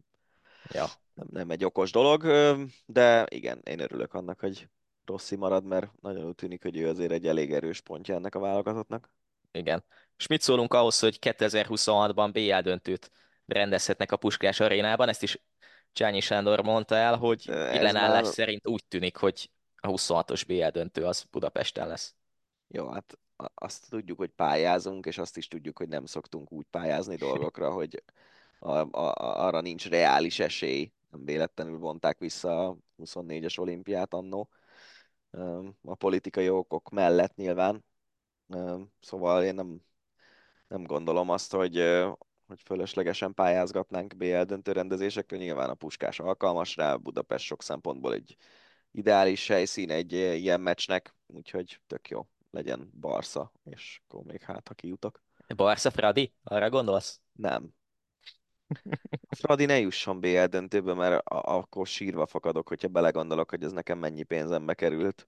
Ja, nem, nem egy okos dolog, ö, de igen, én örülök annak, hogy Rossi marad, mert nagyon úgy tűnik, hogy ő azért egy elég erős pontja ennek a válogatottnak. igen. És mit szólunk ahhoz, hogy kétezer-huszonhatban bé el döntőt rendezhetnek a Puskás arénában? Ezt is Csányi Sándor mondta el, hogy Ö, Ez jelenállás már szerint úgy tűnik, hogy a huszonhatos bé el döntő az Budapesten lesz. jó, hát a- azt tudjuk, hogy pályázunk, és azt is tudjuk, hogy nem szoktunk úgy pályázni dolgokra, hogy a, a, a- arra nincs reális esély. Nem véletlenül vonták vissza a huszonnégyes olimpiát annó. Öm, A politikai okok mellett nyilván. Öm, Szóval én nem, nem gondolom azt, hogy, ö, hogy fölöslegesen pályázgatnánk bé el döntő rendezésekre. Nyilván a Puskás alkalmas rá, Budapest sok szempontból egy ideális helyszín egy ö, ilyen meccsnek, úgyhogy tök jó, legyen Barca, és akkor még hát, ha kijutok. Barca Fradi? Arra gondolsz? Nem. A Fradi ne jusson bé el döntőbe, mert a- akkor sírva fakadok, hogyha belegondolok, hogy ez nekem mennyi pénzembe került.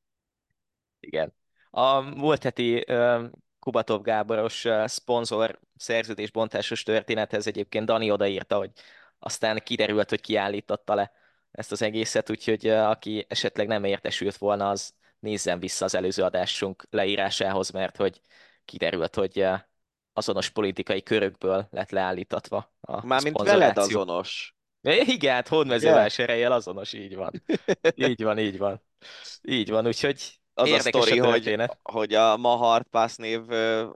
Igen. A múlt heti ö, Kubatov Gáboros ö, szponzor szerződésbontásos történethez egyébként Dani odaírta, hogy aztán kiderült, hogy kiállította le ezt az egészet, úgyhogy ö, aki esetleg nem értesült volna, az nézzen vissza az előző adásunk leírásához, mert hogy kiderült, hogy eh, azonos politikai körökből lett leállítatva a Mármint veled szponzoráció. azonos, Eh, Igen, hát ugye? hódmezővásárhelyen azonos, így van. Így van, így van. Így van, úgyhogy Az a érdekes a sztori, hogy, történet. hogy a ma Hardpass név ö,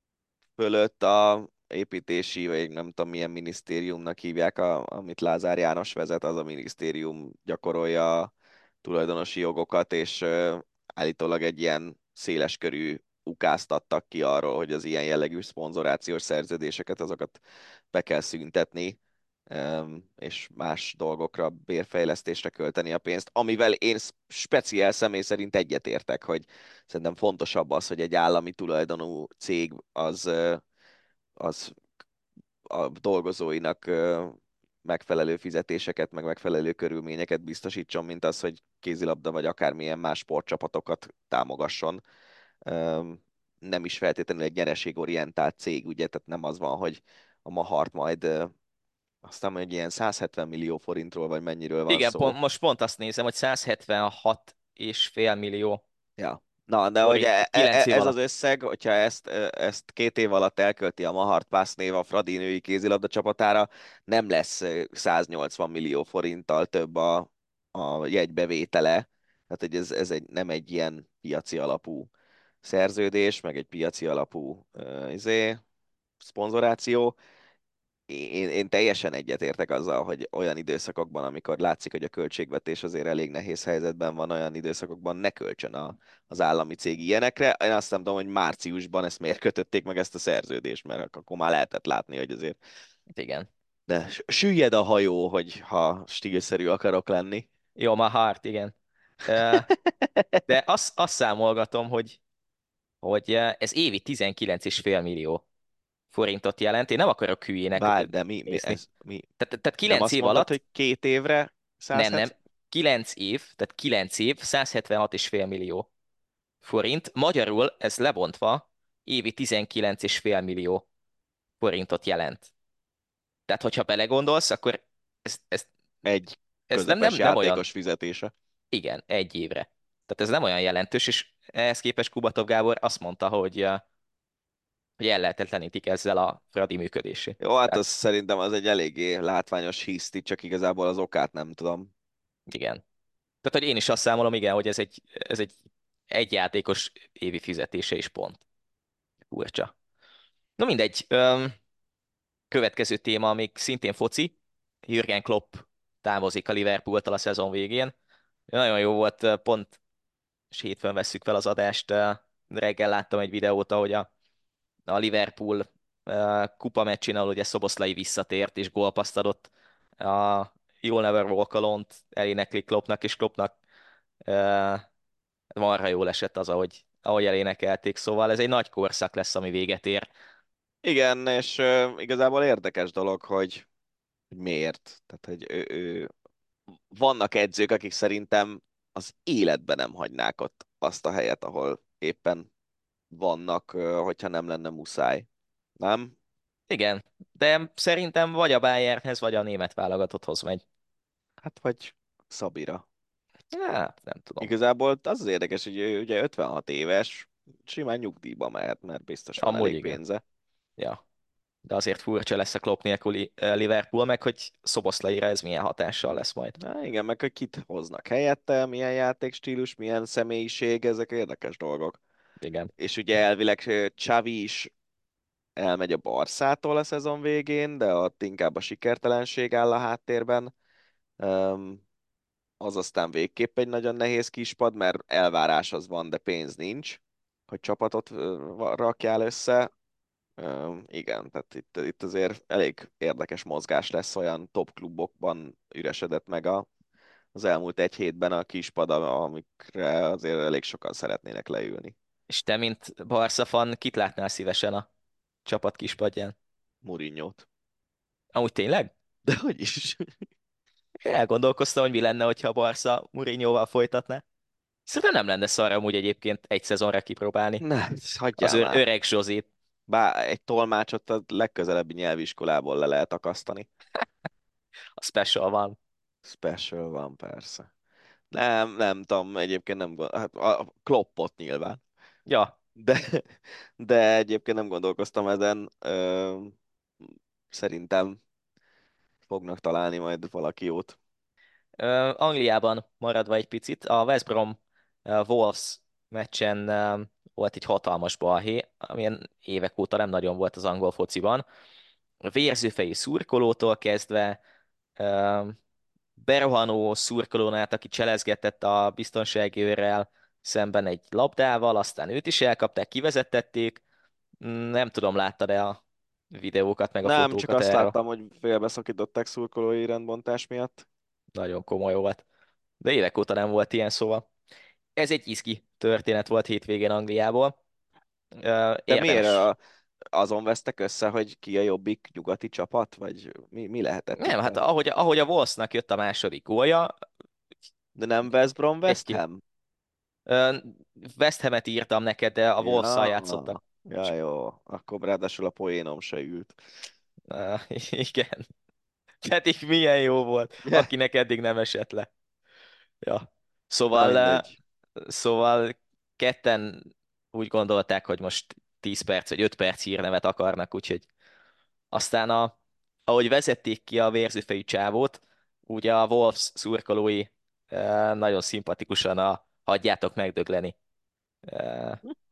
fölött a építési, vagy nem tudom milyen minisztériumnak hívják, a, amit Lázár János vezet, az a minisztérium gyakorolja a tulajdonosi jogokat, és ö, állítólag egy ilyen széleskörű ukázt adtak ki arról, hogy az ilyen jellegű szponzorációs szerződéseket, azokat be kell szüntetni, öm, és más dolgokra, bérfejlesztésre költeni a pénzt, amivel én speciál személy szerint egyetértek, hogy szerintem fontosabb az, hogy egy állami tulajdonú cég az, ö, az a dolgozóinak ö, megfelelő fizetéseket, meg megfelelő körülményeket biztosítson, mint az, hogy kézilabda vagy akármilyen más sportcsapatokat támogasson. Öm, Nem is feltétlenül egy nyereségorientált cég, ugye, tehát nem az van, hogy a Mahart majd ö, aztán hogy ilyen száz hetven millió forintról, vagy mennyiről van Igen, szó. pont, most pont azt nézem, hogy száz hetvenhat és fél millió Ja. Na, de hogy forint e- e- kilenc e- év ez az alatt. összeg, hogyha ezt, e, ezt két év alatt elkölti a Mahart Pass név a Fradi női kézilabda csapatára, nem lesz e, száz nyolcvan millió forinttal több a, a jegybevétele. Tehát, hogy ez, ez egy, nem egy ilyen piaci alapú szerződés, meg egy piaci alapú uh, izé, szponzoráció. Én, én teljesen egyetértek azzal, hogy olyan időszakokban, amikor látszik, hogy a költségvetés azért elég nehéz helyzetben van, olyan időszakokban ne költsön a, az állami cég ilyenekre. Én azt nem tudom, hogy márciusban ezt miért kötötték meg ezt a szerződést, mert akkor már lehetett látni, hogy azért Igen. de süllyed a hajó, hogy ha stílszerű akarok lenni. Jó, ma hard, igen. Ö, De azt, azt számolgatom, hogy, hogy eh, ez évi tizenkilenc és fél millió forintot jelent. Én nem akarok hülyének Várj, de mi, mi nézni. ez? Mi? Tehát, tehát Nem kilenc azt év mondod, alatt, hogy két évre nem, nem, száz hetven? kilenc év, tehát kilenc év, száz hetvenhat és fél millió forint. Magyarul ez lebontva évi tizenkilenc és fél millió forintot jelent. Tehát, hogyha belegondolsz, akkor ez, ez, Egy ez nem, nem, közepes nem olyan, játékos fizetése. igen, egy évre. Tehát ez nem olyan jelentős, és ehhez képest Kubatov Gábor azt mondta, hogy, eh, hogy ellehetetlenítik ezzel a Fradi működését. Jó, hát az Tehát szerintem az egy eléggé látványos hiszti, csak igazából az okát nem tudom. igen. Tehát, hogy én is azt számolom, igen, hogy ez egy, ez egy egyjátékos évi fizetése is pont. Furcsa. Na mindegy. Öm, következő téma még szintén foci. Jürgen Klopp távozik a Liverpooltól a szezon végén. Nagyon jó volt, pont és hétfőn vesszük fel az adást. Reggel láttam egy videót, ahogy a, a Liverpool kupa meccsin, ahol ugye Szoboszlai visszatért és gólpasszt adott a You'll Never Walk Alone-t elénekli Kloppnak, és Kloppnak marha jól esett az, ahogy, ahogy elénekelték, szóval ez egy nagy korszak lesz, ami véget ér. Igen, és uh, igazából érdekes dolog, hogy, hogy miért. Tehát, hogy ő, ő... vannak edzők, akik szerintem az életben nem hagynák ott azt a helyet, ahol éppen vannak, uh, hogyha nem lenne muszáj. Nem? Igen, de szerintem vagy a Bayernhez, vagy a német válogatotthoz megy. Hát vagy Szabira. Hát, nem tudom. Igazából az az érdekes, hogy ő ugye ötvenhat éves, simán nyugdíjba mehet, mert biztos van Amúgy elég igen. pénze. Ja. De azért furcsa lesz a Klopp nélküli eh, Liverpool, meg hogy Szoboszlaira ez milyen hatással lesz majd. Na igen, meg hogy kit hoznak helyette, milyen játékstílus, milyen személyiség, ezek érdekes dolgok. Igen. És ugye elvileg ö, Xavi is elmegy a Barszától a szezon végén, de ott inkább a sikertelenség áll a háttérben. Öm, az aztán végképp egy nagyon nehéz kispad, mert elvárás az van, de pénz nincs, hogy csapatot ö, rakjál össze. Öm, igen, tehát itt, itt azért elég érdekes mozgás lesz, olyan top klubokban üresedett meg a, az elmúlt egy hétben a kispad, amikre azért elég sokan szeretnének leülni. És te, mint Barca fan, kit látnál szívesen a csapat kispadján? Mourinho-t. Amúgy tényleg? De hogy is? Elgondolkoztam, hogy mi lenne, hogyha a Barca Mourinhoval folytatná. Szerintem nem lenne szar amúgy egyébként egy szezonra kipróbálni. Ne, Az hagyjál ö- már. öreg Zsozét. Bár egy tolmácsot a legközelebbi nyelviskolából le lehet akasztani. A special van. Special van, persze. Nem, nem tudom, egyébként nem gond... hát a Kloppot nyilván. Ja, De, de egyébként nem gondolkoztam ezen. Ö, szerintem fognak találni majd valaki jót. Ö, Angliában maradva egy picit, a West Brom ö, Wolves meccsen ö, volt egy hatalmas balhé, amilyen évek óta nem nagyon volt az angol fociban. A vérzőfejű szurkolótól kezdve ö, berohanó szurkolón át, aki cselezgetett a biztonsági őrrel szemben egy labdával, aztán őt is elkapták, kivezettették. Mm, Nem tudom, láttad-e a videókat, meg a Nem, csak fotókat azt erről? láttam, hogy félbeszakították szurkolói rendbontás miatt. Nagyon komoly volt. De évek óta nem volt ilyen, szóval. Ez egy izgi történet volt hétvégén Angliából. Ö, De miért Érdemes. a, azon vesztek össze, hogy ki a jobbik nyugati csapat? Vagy mi, mi lehetett Nem, itt? hát A... ahogy, ahogy a Wolvesnak jött a második gólja, De nem West Brom, West egy-két. Ham? Ö, West Hamet írtam neked, de a Wolves-szal Ja, játszottak. ja, jó. Akkor ráadásul a poénom se ült. Ö, igen. Pedig milyen jó volt, akinek eddig nem esett le. Ja. Na Szóval, ö, mindegy. szóval ketten úgy gondolták, hogy most tíz perc vagy öt perc hírnevet akarnak, úgyhogy aztán a, ahogy vezették ki a vérzőfejű csávót, ugye a Wolves szurkolói eh, nagyon szimpatikusan a hagyjátok megdögleni eh,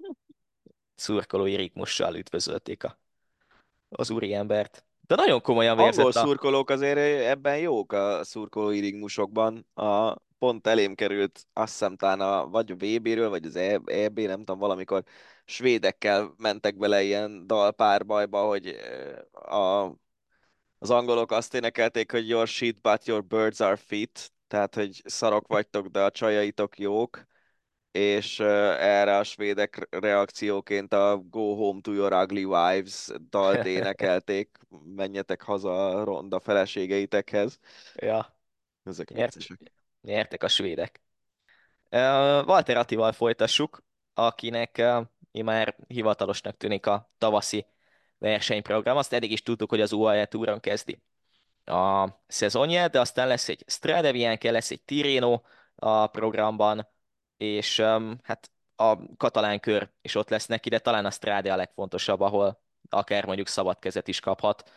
szurkolói ritmussal üdvözölték a, az úriembert. De nagyon komolyan Angol vérzett a... szurkolók azért ebben jók a szurkolói rigmusokban. A, pont elém került, azt hiszem talán a, vagy a vé bé-ről, vagy az E- EB, nem tudom, valamikor svédekkel mentek bele ilyen dalpárbajba, hogy eh, a, az angolok azt énekelték, hogy your shit, but your birds are fit, tehát, hogy szarok vagytok, de a csajaitok jók, és eh, erre a svédek reakcióként a Go Home to Your Ugly Wives dalt énekelték, menjetek haza a ronda feleségeitekhez. Ja, Ezek nyert, viccesek. nyertek a svédek. Eh, Walter Attival folytassuk, akinek eh, már hivatalosnak tűnik a tavaszi versenyprogram. Azt eddig is tudtuk, hogy az u á e túron kezdi a szezonja, de aztán lesz egy Strade Bianche, lesz egy Tirreno a programban, és um, hát a katalán kör is ott lesz neki, de talán a Strade a legfontosabb, ahol akár mondjuk szabad kezet is kaphat.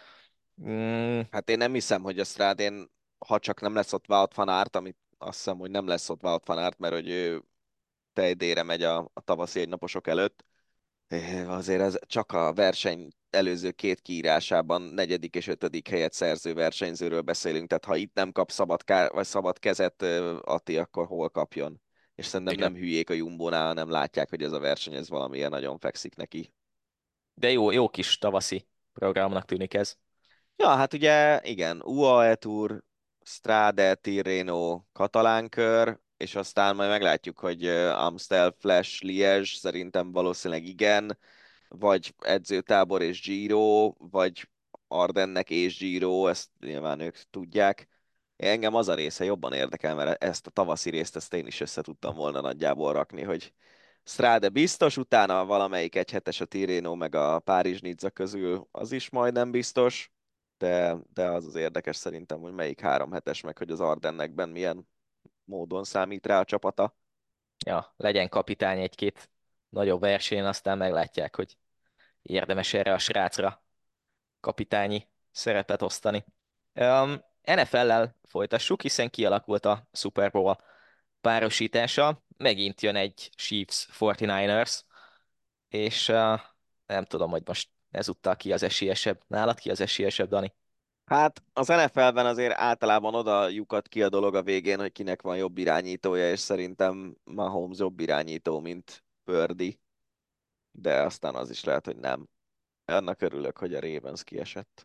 Mm, Hát én nem hiszem, hogy a Strádén, ha csak nem lesz ott Wout van Aert, amit azt hiszem, hogy nem lesz ott Wout van Aert, mert hogy ő tejdére megy a, a tavaszi egynaposok előtt. Eh, Azért ez csak a verseny előző két kiírásában negyedik és ötödik helyet szerző versenyzőről beszélünk, tehát ha itt nem kap szabad, ká- vagy szabad kezet ö, Ati, akkor hol kapjon? És szerintem igen. nem hülyék a Jumbónál, hanem látják, hogy ez a verseny ez valamilyen nagyon fekszik neki. De jó, jó kis tavaszi programnak tűnik ez. Ja, hát ugye igen, u á é Tour, Strade, Tirreno, Katalán kör, és aztán majd meglátjuk, hogy ö, Amstel, Flash, Liège, szerintem valószínűleg igen, vagy edzőtábor és Giro, vagy Ardennek és Giro, ezt nyilván ők tudják. Engem az a része jobban érdekel, mert ezt a tavaszi részt ezt én is össze tudtam volna nagyjából rakni, hogy Strade biztos, utána valamelyik egyhetes a Tirreno meg a Párizs-Nizza közül, az is majdnem biztos, de, de az az érdekes szerintem, hogy melyik három hetes, meg hogy az Ardennekben milyen módon számít rá a csapata. Ja, legyen kapitány egy-két nagyobb versenyen, aztán meglátják, hogy érdemes erre a srácra kapitányi szerepet osztani. Um, en ef el-lel folytassuk, hiszen kialakult a Super Bowl párosítása. Megint jön egy Chiefs negyvenkilencesek, és uh, nem tudom, hogy most ezúttal ki az esélyesebb. Nálad ki az esélyesebb, Dani? Hát az en ef el-ben azért általában oda lyukat ki a dolog a végén, hogy kinek van jobb irányítója, és szerintem Mahomes jobb irányító, mint Purdy, de aztán az is lehet, hogy nem. Annak örülök, hogy a Ravens kiesett.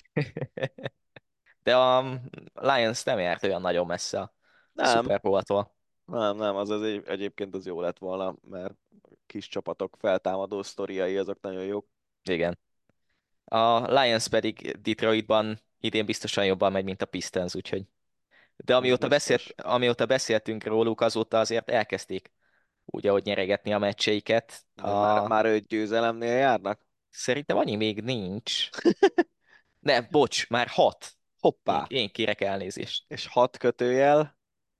De a Lions nem járt olyan nagyon messze a Nem, Super Bowl-tól. nem, nem, az, az egy, egyébként az jó lett volna, mert kis csapatok feltámadó sztoriai, azok nagyon jók. Igen. A Lions pedig Detroitban idén biztosan jobban megy, mint a Pistons, úgyhogy. De Az amióta, beszélt, biztos. amióta beszéltünk róluk, azóta azért elkezdték úgy, ahogy nyeregetni a meccseiket. De már, A... már öt győzelemnél járnak? Szerintem annyi még nincs. Ne, bocs, már hat. Én, Hoppá! én kérek elnézést. És hat kötőjel?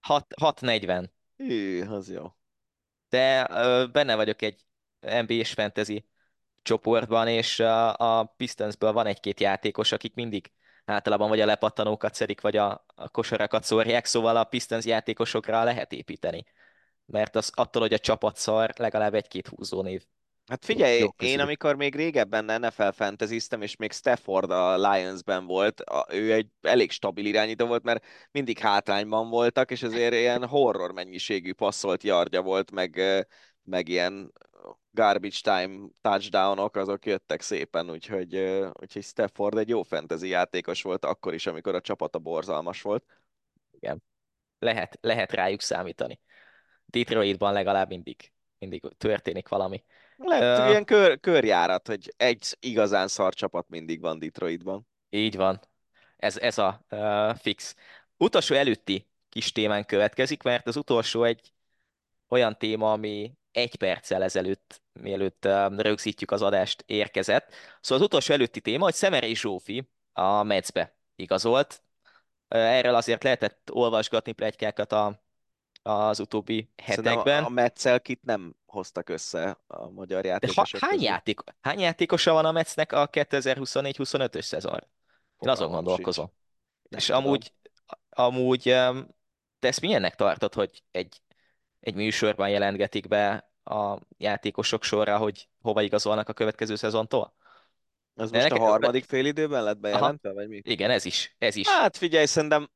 hat negyven. Hű, az jó. De ö, benne vagyok egy en bé és fantasy csoportban, és a, a Pistonsből van egy-két játékos, akik mindig általában vagy a lepattanókat szedik, vagy a, a kosarakat szórják, szóval a Pistons játékosokra lehet építeni. Mert az attól, hogy a csapat szar, legalább egy-két húzónév Hát jó, figyelj, jó én közülük. amikor még régebben en ef el fantasyztem, és még Stafford a Lionsben volt, a, ő egy elég stabil irányító volt, mert mindig hátrányban voltak, és ezért ilyen horror mennyiségű passzolt yardja volt, meg, ö, meg ilyen garbage time touchdownok, azok jöttek szépen, úgyhogy, ö, úgyhogy Stafford egy jó fantasy játékos volt akkor is, amikor a csapata borzalmas volt. Igen. Lehet, lehet rájuk számítani. Detroitban legalább mindig, mindig történik valami. Lett Ö, ilyen kör, körjárat, hogy egy igazán szar csapat mindig van Detroitban. így van. Ez, ez a ö, fix. Utolsó előtti kis témán következik, mert az utolsó egy olyan téma, ami egy perccel ezelőtt, mielőtt ö, rögzítjük az adást, érkezett. Szóval az utolsó előtti téma, hogy Szemerei Zsófi a Metsbe igazolt. Ö, Erről azért lehetett olvasgatni pletykákat a, az utóbbi Szerintem a a hetekben. Metzelkit nem hoztak össze a magyar De ha, játékosok hány, közül. játék, hány játékosa van a Metsnek a kétezer-huszonnégy-huszonötös szezon? Én azon Fogalmam sincs. gondolkozom. És Nem tudom. amúgy, amúgy em, te ezt milyennek tartod, hogy egy, egy műsorban jelentgetik be a játékosok sorra, hogy hova igazolnak a következő szezontól? Ez De most a neke, be, harmadik fél időben lett aha, bejelentve, vagy mi? igen, ez is, ez is. Hát figyelj, szerintem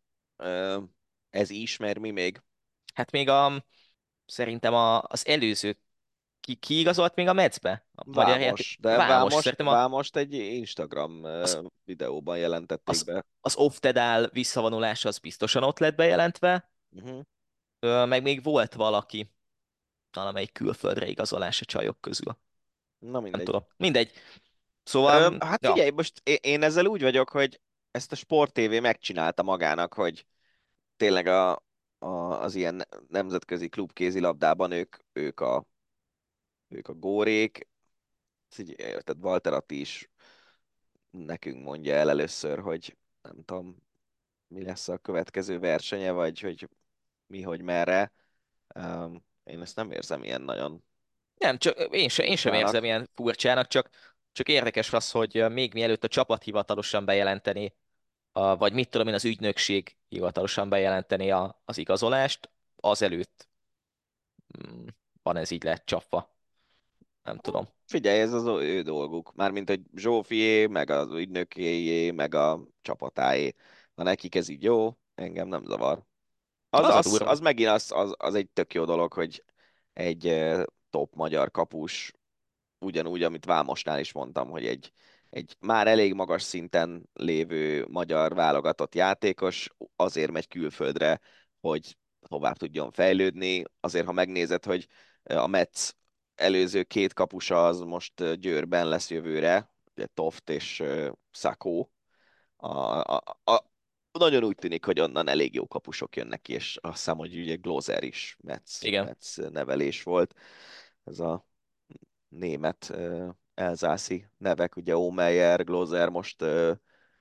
ö, ez is, mert mi még? Hát még a, szerintem a, az előző, ki, ki igazolt még a Metsbe? A magyar játék? Vámos. De Vámos, Vámos, szerintem a, Vámost egy Instagram az, ö, videóban jelentették az, be. az off-the-dál visszavonulás az biztosan ott lett bejelentve, Uh-huh. Ö, meg még volt valaki, valamelyik külföldre igazolás a csajok közül. Na Nem mindegy. tudom. Mindegy. Ö, Szóval, hát ja, figyelj, most én, én ezzel úgy vagyok, hogy ezt a Sport té vé megcsinálta magának, hogy tényleg a, a, az ilyen nemzetközi klubkézilabdában ők, ők a, ők a górék. Ezt így, tehát Walter Atti is nekünk mondja el először, hogy nem tudom, mi lesz a következő versenye, vagy hogy mi, hogy merre. Um, én ezt nem érzem ilyen nagyon nem, csak én sem, én sem érzem furcsának. ilyen furcsának, csak, csak érdekes az, hogy még mielőtt a csapat hivatalosan bejelenteni, a, vagy mit tudom én, az ügynökség hivatalosan bejelenteni a, az igazolást, azelőtt mm, van ez így lett csapva. Nem tudom. Figyelj, ez az ő dolguk. Mármint, hogy Zsófié, meg az ügynökéjé, meg a csapatáé. Ha nekik ez így jó, engem nem zavar. Az, Az a az, az durva. megint az, az, az egy tök jó dolog, hogy egy eh, top magyar kapus ugyanúgy, amit Vámosnál is mondtam, hogy egy, egy már elég magas szinten lévő magyar válogatott játékos azért megy külföldre, hogy tovább tudjon fejlődni. Azért, ha megnézed, hogy a Metsz előző két kapusa az most Győrben lesz jövőre, ugye Toft és Szakó. A, a, a, nagyon úgy tűnik, hogy onnan elég jó kapusok jönnek ki, és azt hiszem, hogy ugye Glozer is Metsz, Igen. Metsz nevelés volt. Ez a német uh, elzászi nevek, ugye Ómeyer, Gloser, most uh,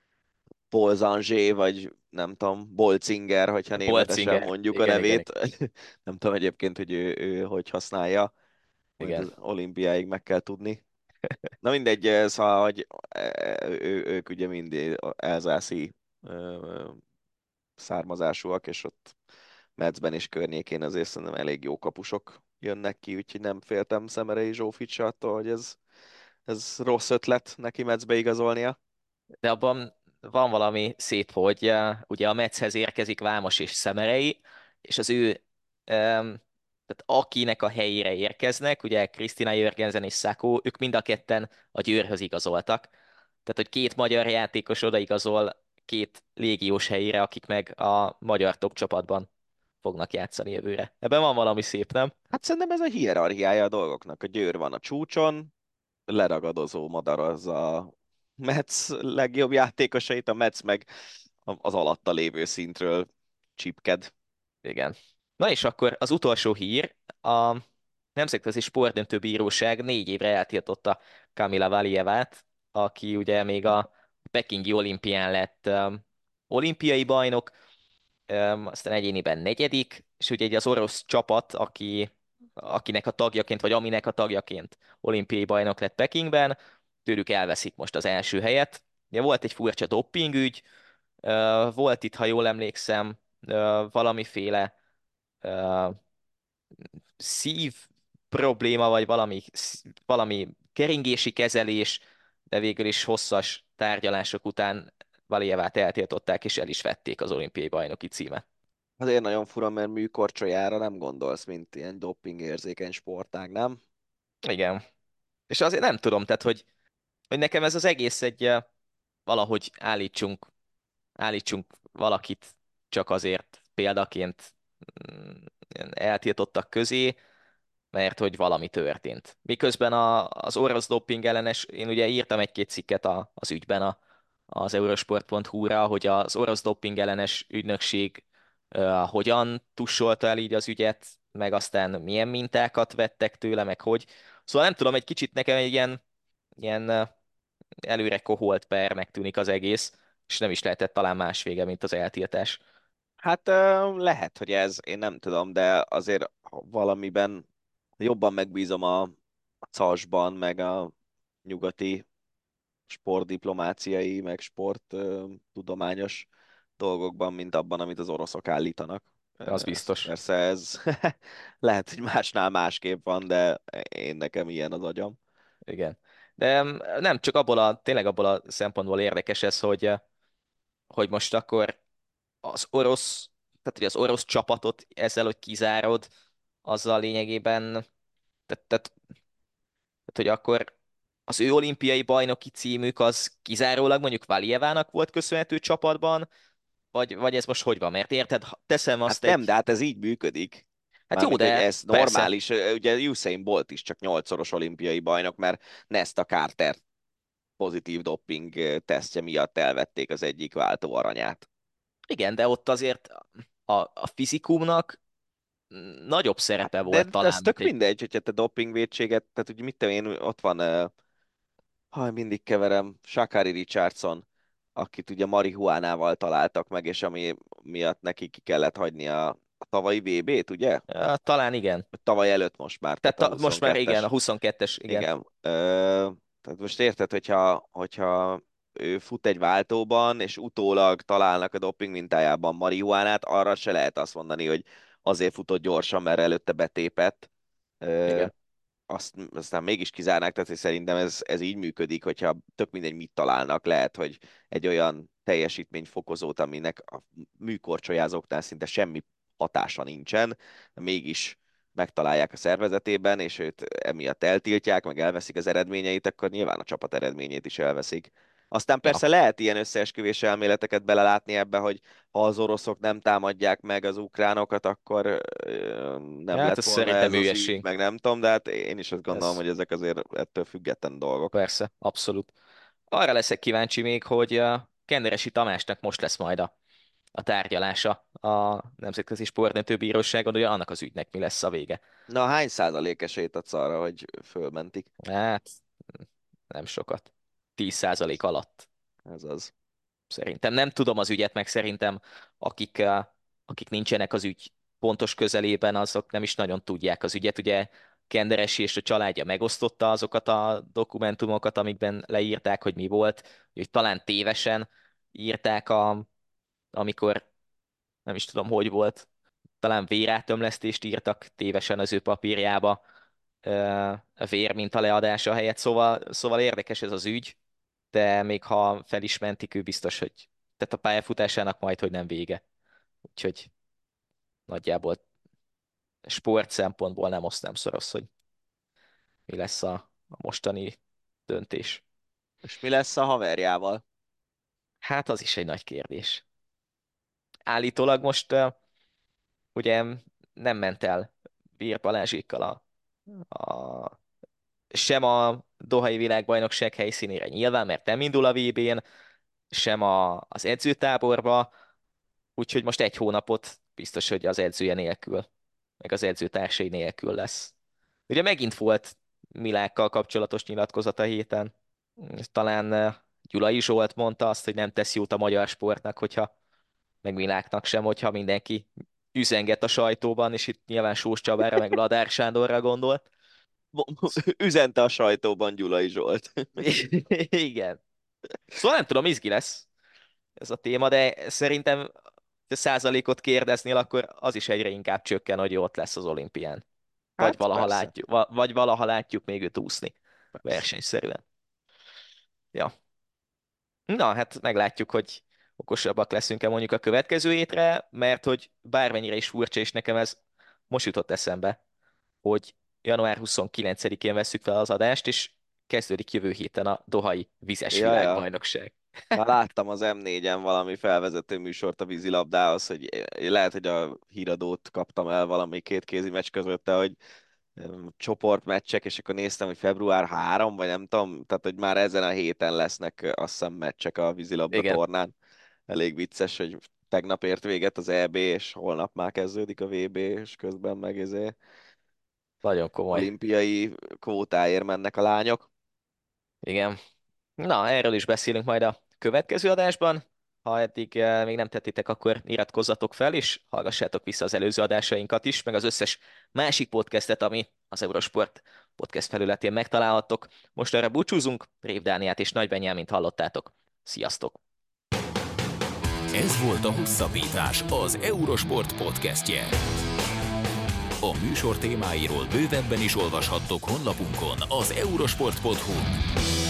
Paul Zangé, vagy nem tudom, Bolzinger, hogyha németesen Bolzinger. mondjuk a Igen, igen, nevét. igen. Nem tudom egyébként, hogy ő, ő hogy használja, majd Igen. az olimpiáig meg kell tudni. Na mindegy, eh, szóval, hogy eh, ő, ők ugye mind elzászi ö, származásúak, és ott Metzben és környékén azért szerintem elég jó kapusok jönnek ki, úgyhogy nem féltem Szemerei Zsófit se attól, hogy ez, ez rossz ötlet neki Metzbe igazolnia. De abban van valami szép, hogy eh, ugye a Metshez érkezik Vámos és Szemerei, és az ő, em, tehát akinek a helyére érkeznek, ugye Krisztina Jörgensen és Sakó, ők mind a ketten a Győrhöz igazoltak. Tehát, hogy két magyar játékos odaigazol két légiós helyére, akik meg a magyar top csapatban fognak játszani jövőre. Ebben van valami szép, nem? Hát szerintem ez a hierarchiája a dolgoknak. A Győr van a csúcson, leragadozó madaraz a Metsz legjobb játékosait, a Metsz meg az alatta lévő szintről csipked. Igen. Na és akkor az utolsó hír, a Nemzetközi Sportdöntő Bíróság négy évre eltiltotta Kamila Valievát, aki ugye még a pekingi olimpián lett um, olimpiai bajnok, aztán egyéniben negyedik, és ugye egy az orosz csapat, aki, akinek a tagjaként, vagy aminek a tagjaként olimpiai bajnok lett Pekingben, tőlük elveszik most az első helyet. Ugye volt egy furcsa doppingügy, ö, volt itt, ha jól emlékszem, ö, valamiféle ö, szív probléma, vagy valami, valami keringési kezelés, de végül is hosszas tárgyalások után Valjevát eltiltották, és el is vették az olimpiai bajnoki címet. Azért nagyon fura, mert műkorcsolyára nem gondolsz, mint ilyen dopingérzékeny sportág, nem? Igen. És azért nem tudom, tehát, hogy, hogy nekem ez az egész egy eh, valahogy állítsunk, állítsunk valakit csak azért példaként mm, ilyen eltiltottak közé, mert hogy valami történt. Miközben a, az orosz doping ellenes, én ugye írtam egy-két cikket a, az ügyben a, az eurosport pont hu-ra, hogy az orosz doping ellenes ügynökség uh, hogyan tussolta el így az ügyet, meg aztán milyen mintákat vettek tőle, meg hogy. Szóval nem tudom, egy kicsit nekem egy ilyen, ilyen uh, előre koholt pernek tűnik az egész, és nem is lehetett talán más vége, mint az eltiltás. Hát ö, lehet, hogy ez, én nem tudom, de azért valamiben jobban megbízom a, a cé á es-ban, meg a nyugati sportdiplomáciai, meg sporttudományos dolgokban, mint abban, amit az oroszok állítanak. Az Ez, biztos. persze ez lehet, hogy másnál másképp van, de én nekem ilyen az agyam. Igen. De mm, nem csak abból a, tényleg abból a szempontból érdekes ez, hogy, eh, hogy most akkor az orosz, tehát hogy az orosz csapatot ezzel, hogy kizárod, azzal lényegében, tehát, tehát, tehát hogy akkor az ő olimpiai bajnoki címük az kizárólag mondjuk Valjevának volt köszönhető csapatban, vagy, vagy ez most hogy van? Mert érted, ha teszem Hát azt nem, de egy... hát ez így működik. Hát jó, Mármint, hogy de ez persze, normális. Ugye Usain Bolt is csak nyolcszoros olimpiai bajnok, mert Nesta Carter pozitív doping tesztje miatt elvették az egyik váltó aranyát. igen, de ott azért a, a fizikumnak nagyobb Hát, szerepe de, volt de ez talán, mint tök egy... mindegy, hogyha te dopingvétséget, tehát úgy mit tudom én, ott van, uh, ha mindig keverem, Sha'Carri Richardson, akit ugye marihuánával találtak meg, és ami miatt neki ki kellett hagyni a, a tavalyi vé bét, ugye? Ja, talán igen. Vagy tavaly előtt most már, Tehát tehát a ta, most már igen, a huszonkettes. huszonkettes, igen. Igen. Ö, tehát most érted, hogyha, hogyha ő fut egy váltóban, és utólag találnak a doping mintájában marihuánát, arra se lehet azt mondani, hogy azért futott gyorsan, mert előtte betépett. Ö, Igen. azt aztán mégis kizárnák, tehát hogy szerintem ez, ez így működik, hogyha tök mindegy mit találnak, lehet, hogy egy olyan teljesítményfokozót, aminek a műkorcsolyázóknál szinte semmi hatása nincsen, de mégis megtalálják a szervezetében, és őt emiatt eltiltják, meg elveszik az eredményeit, akkor nyilván a csapat eredményét is elveszik. Aztán Ja. persze lehet ilyen összeesküvés elméleteket belelátni ebbe, hogy ha az oroszok nem támadják meg az ukránokat, akkor ö, Ja, nem hát lett ez volna szerintem ez az ügy, hülyeség. meg nem tudom, de hát én is azt gondolom, Ez hogy ezek azért ettől független dolgok. persze, abszolút. Arra leszek kíváncsi még, hogy a Kenderesi Tamásnak most lesz majd a, a tárgyalása a Nemzetközi Sportdöntőbíróságon, hogy annak az ügynek mi lesz a vége. Na, hány százalék esélyt adsz arra, hogy fölmentik? Hát, nem sokat. tíz százalék alatt. Ez az. Szerintem nem tudom az ügyet, meg szerintem akik, eh, akik nincsenek az ügy pontos közelében, azok nem is nagyon tudják az ügyet. Ugye Kenderesi és a családja megosztotta azokat a dokumentumokat, amikben leírták, hogy mi volt, hogy talán tévesen írták, a, amikor nem is tudom, hogy volt, talán vérátömlesztést írtak tévesen az ő papírjába, eh, a vérminta leadása helyett, szóval, szóval érdekes ez az ügy, de még ha fel is mentik, ő biztos, hogy tehát a pályafutásának majd, hogy nem vége. Úgyhogy nagyjából sport szempontból nem osztám szoros, hogy mi lesz a, a mostani döntés. És mi lesz a haverjával? Hát az is egy nagy kérdés. Állítólag most uh, ugye nem ment el Vír Balázsékkal a, a, sem a Dohai világbajnokság helyszínére nyilván, mert nem indul a vé bén, sem a, az edzőtáborba, úgyhogy most egy hónapot biztos, hogy az edzője nélkül, meg az edzőtársai nélkül lesz. Ugye megint volt Milákkal kapcsolatos nyilatkozata héten. Talán eh, Gyulai Zsolt mondta azt, hogy nem tesz jót a magyar sportnak, hogyha meg Miláknak sem, hogyha mindenki üzenget a sajtóban, és itt nyilván Sós Csabára, meg Ladár Sándorra gondolt. Üzente a sajtóban Gyulai Zsolt. Igen. Szóval nem tudom, izgi lesz ez a téma, de szerintem ha százalékot kérdeznél, akkor az is egyre inkább csökken, hogy ott lesz az olimpián. Vagy, Hát, valaha persze. látjuk, vagy valaha látjuk még őt úszni versenyszerűen. Ja. Na, hát meglátjuk, hogy okosabbak leszünk-e mondjuk a következő hétre, mert hogy bármennyire is furcsa, és nekem ez most jutott eszembe, hogy január huszonkilencedikén vesszük fel az adást, és kezdődik jövő héten a Dohai vizes Ja, ja. világbajnokság. Már láttam az em négyen valami felvezető műsort a vízilabdához, hogy lehet, hogy a híradót kaptam el valami két kézi meccs között, de hogy csoportmeccsek, és akkor néztem, hogy február harmadika, vagy nem tudom, tehát hogy már ezen a héten lesznek azt hiszem meccsek a vízilabda Igen. tornán. Elég vicces, hogy tegnap ért véget az é bé, és holnap már kezdődik a vé bé, és közben meg ezért Nagyon komoly. olimpiai kvótáért mennek a lányok. Igen. Na, erről is beszélünk majd a következő adásban. Ha eddig eh, még nem tettétek, akkor iratkozzatok fel, és hallgassátok vissza az előző adásainkat is, meg az összes másik podcastet, ami az Eurosport podcast felületén megtalálhattok. Most erre búcsúzunk, Rév Dániát és Nagy Benyámint hallottátok. Sziasztok! Ez volt a Hosszabbítás, az Eurosport podcastje. A műsor témáiról bővebben is olvashattok honlapunkon, az eurosport pont hu.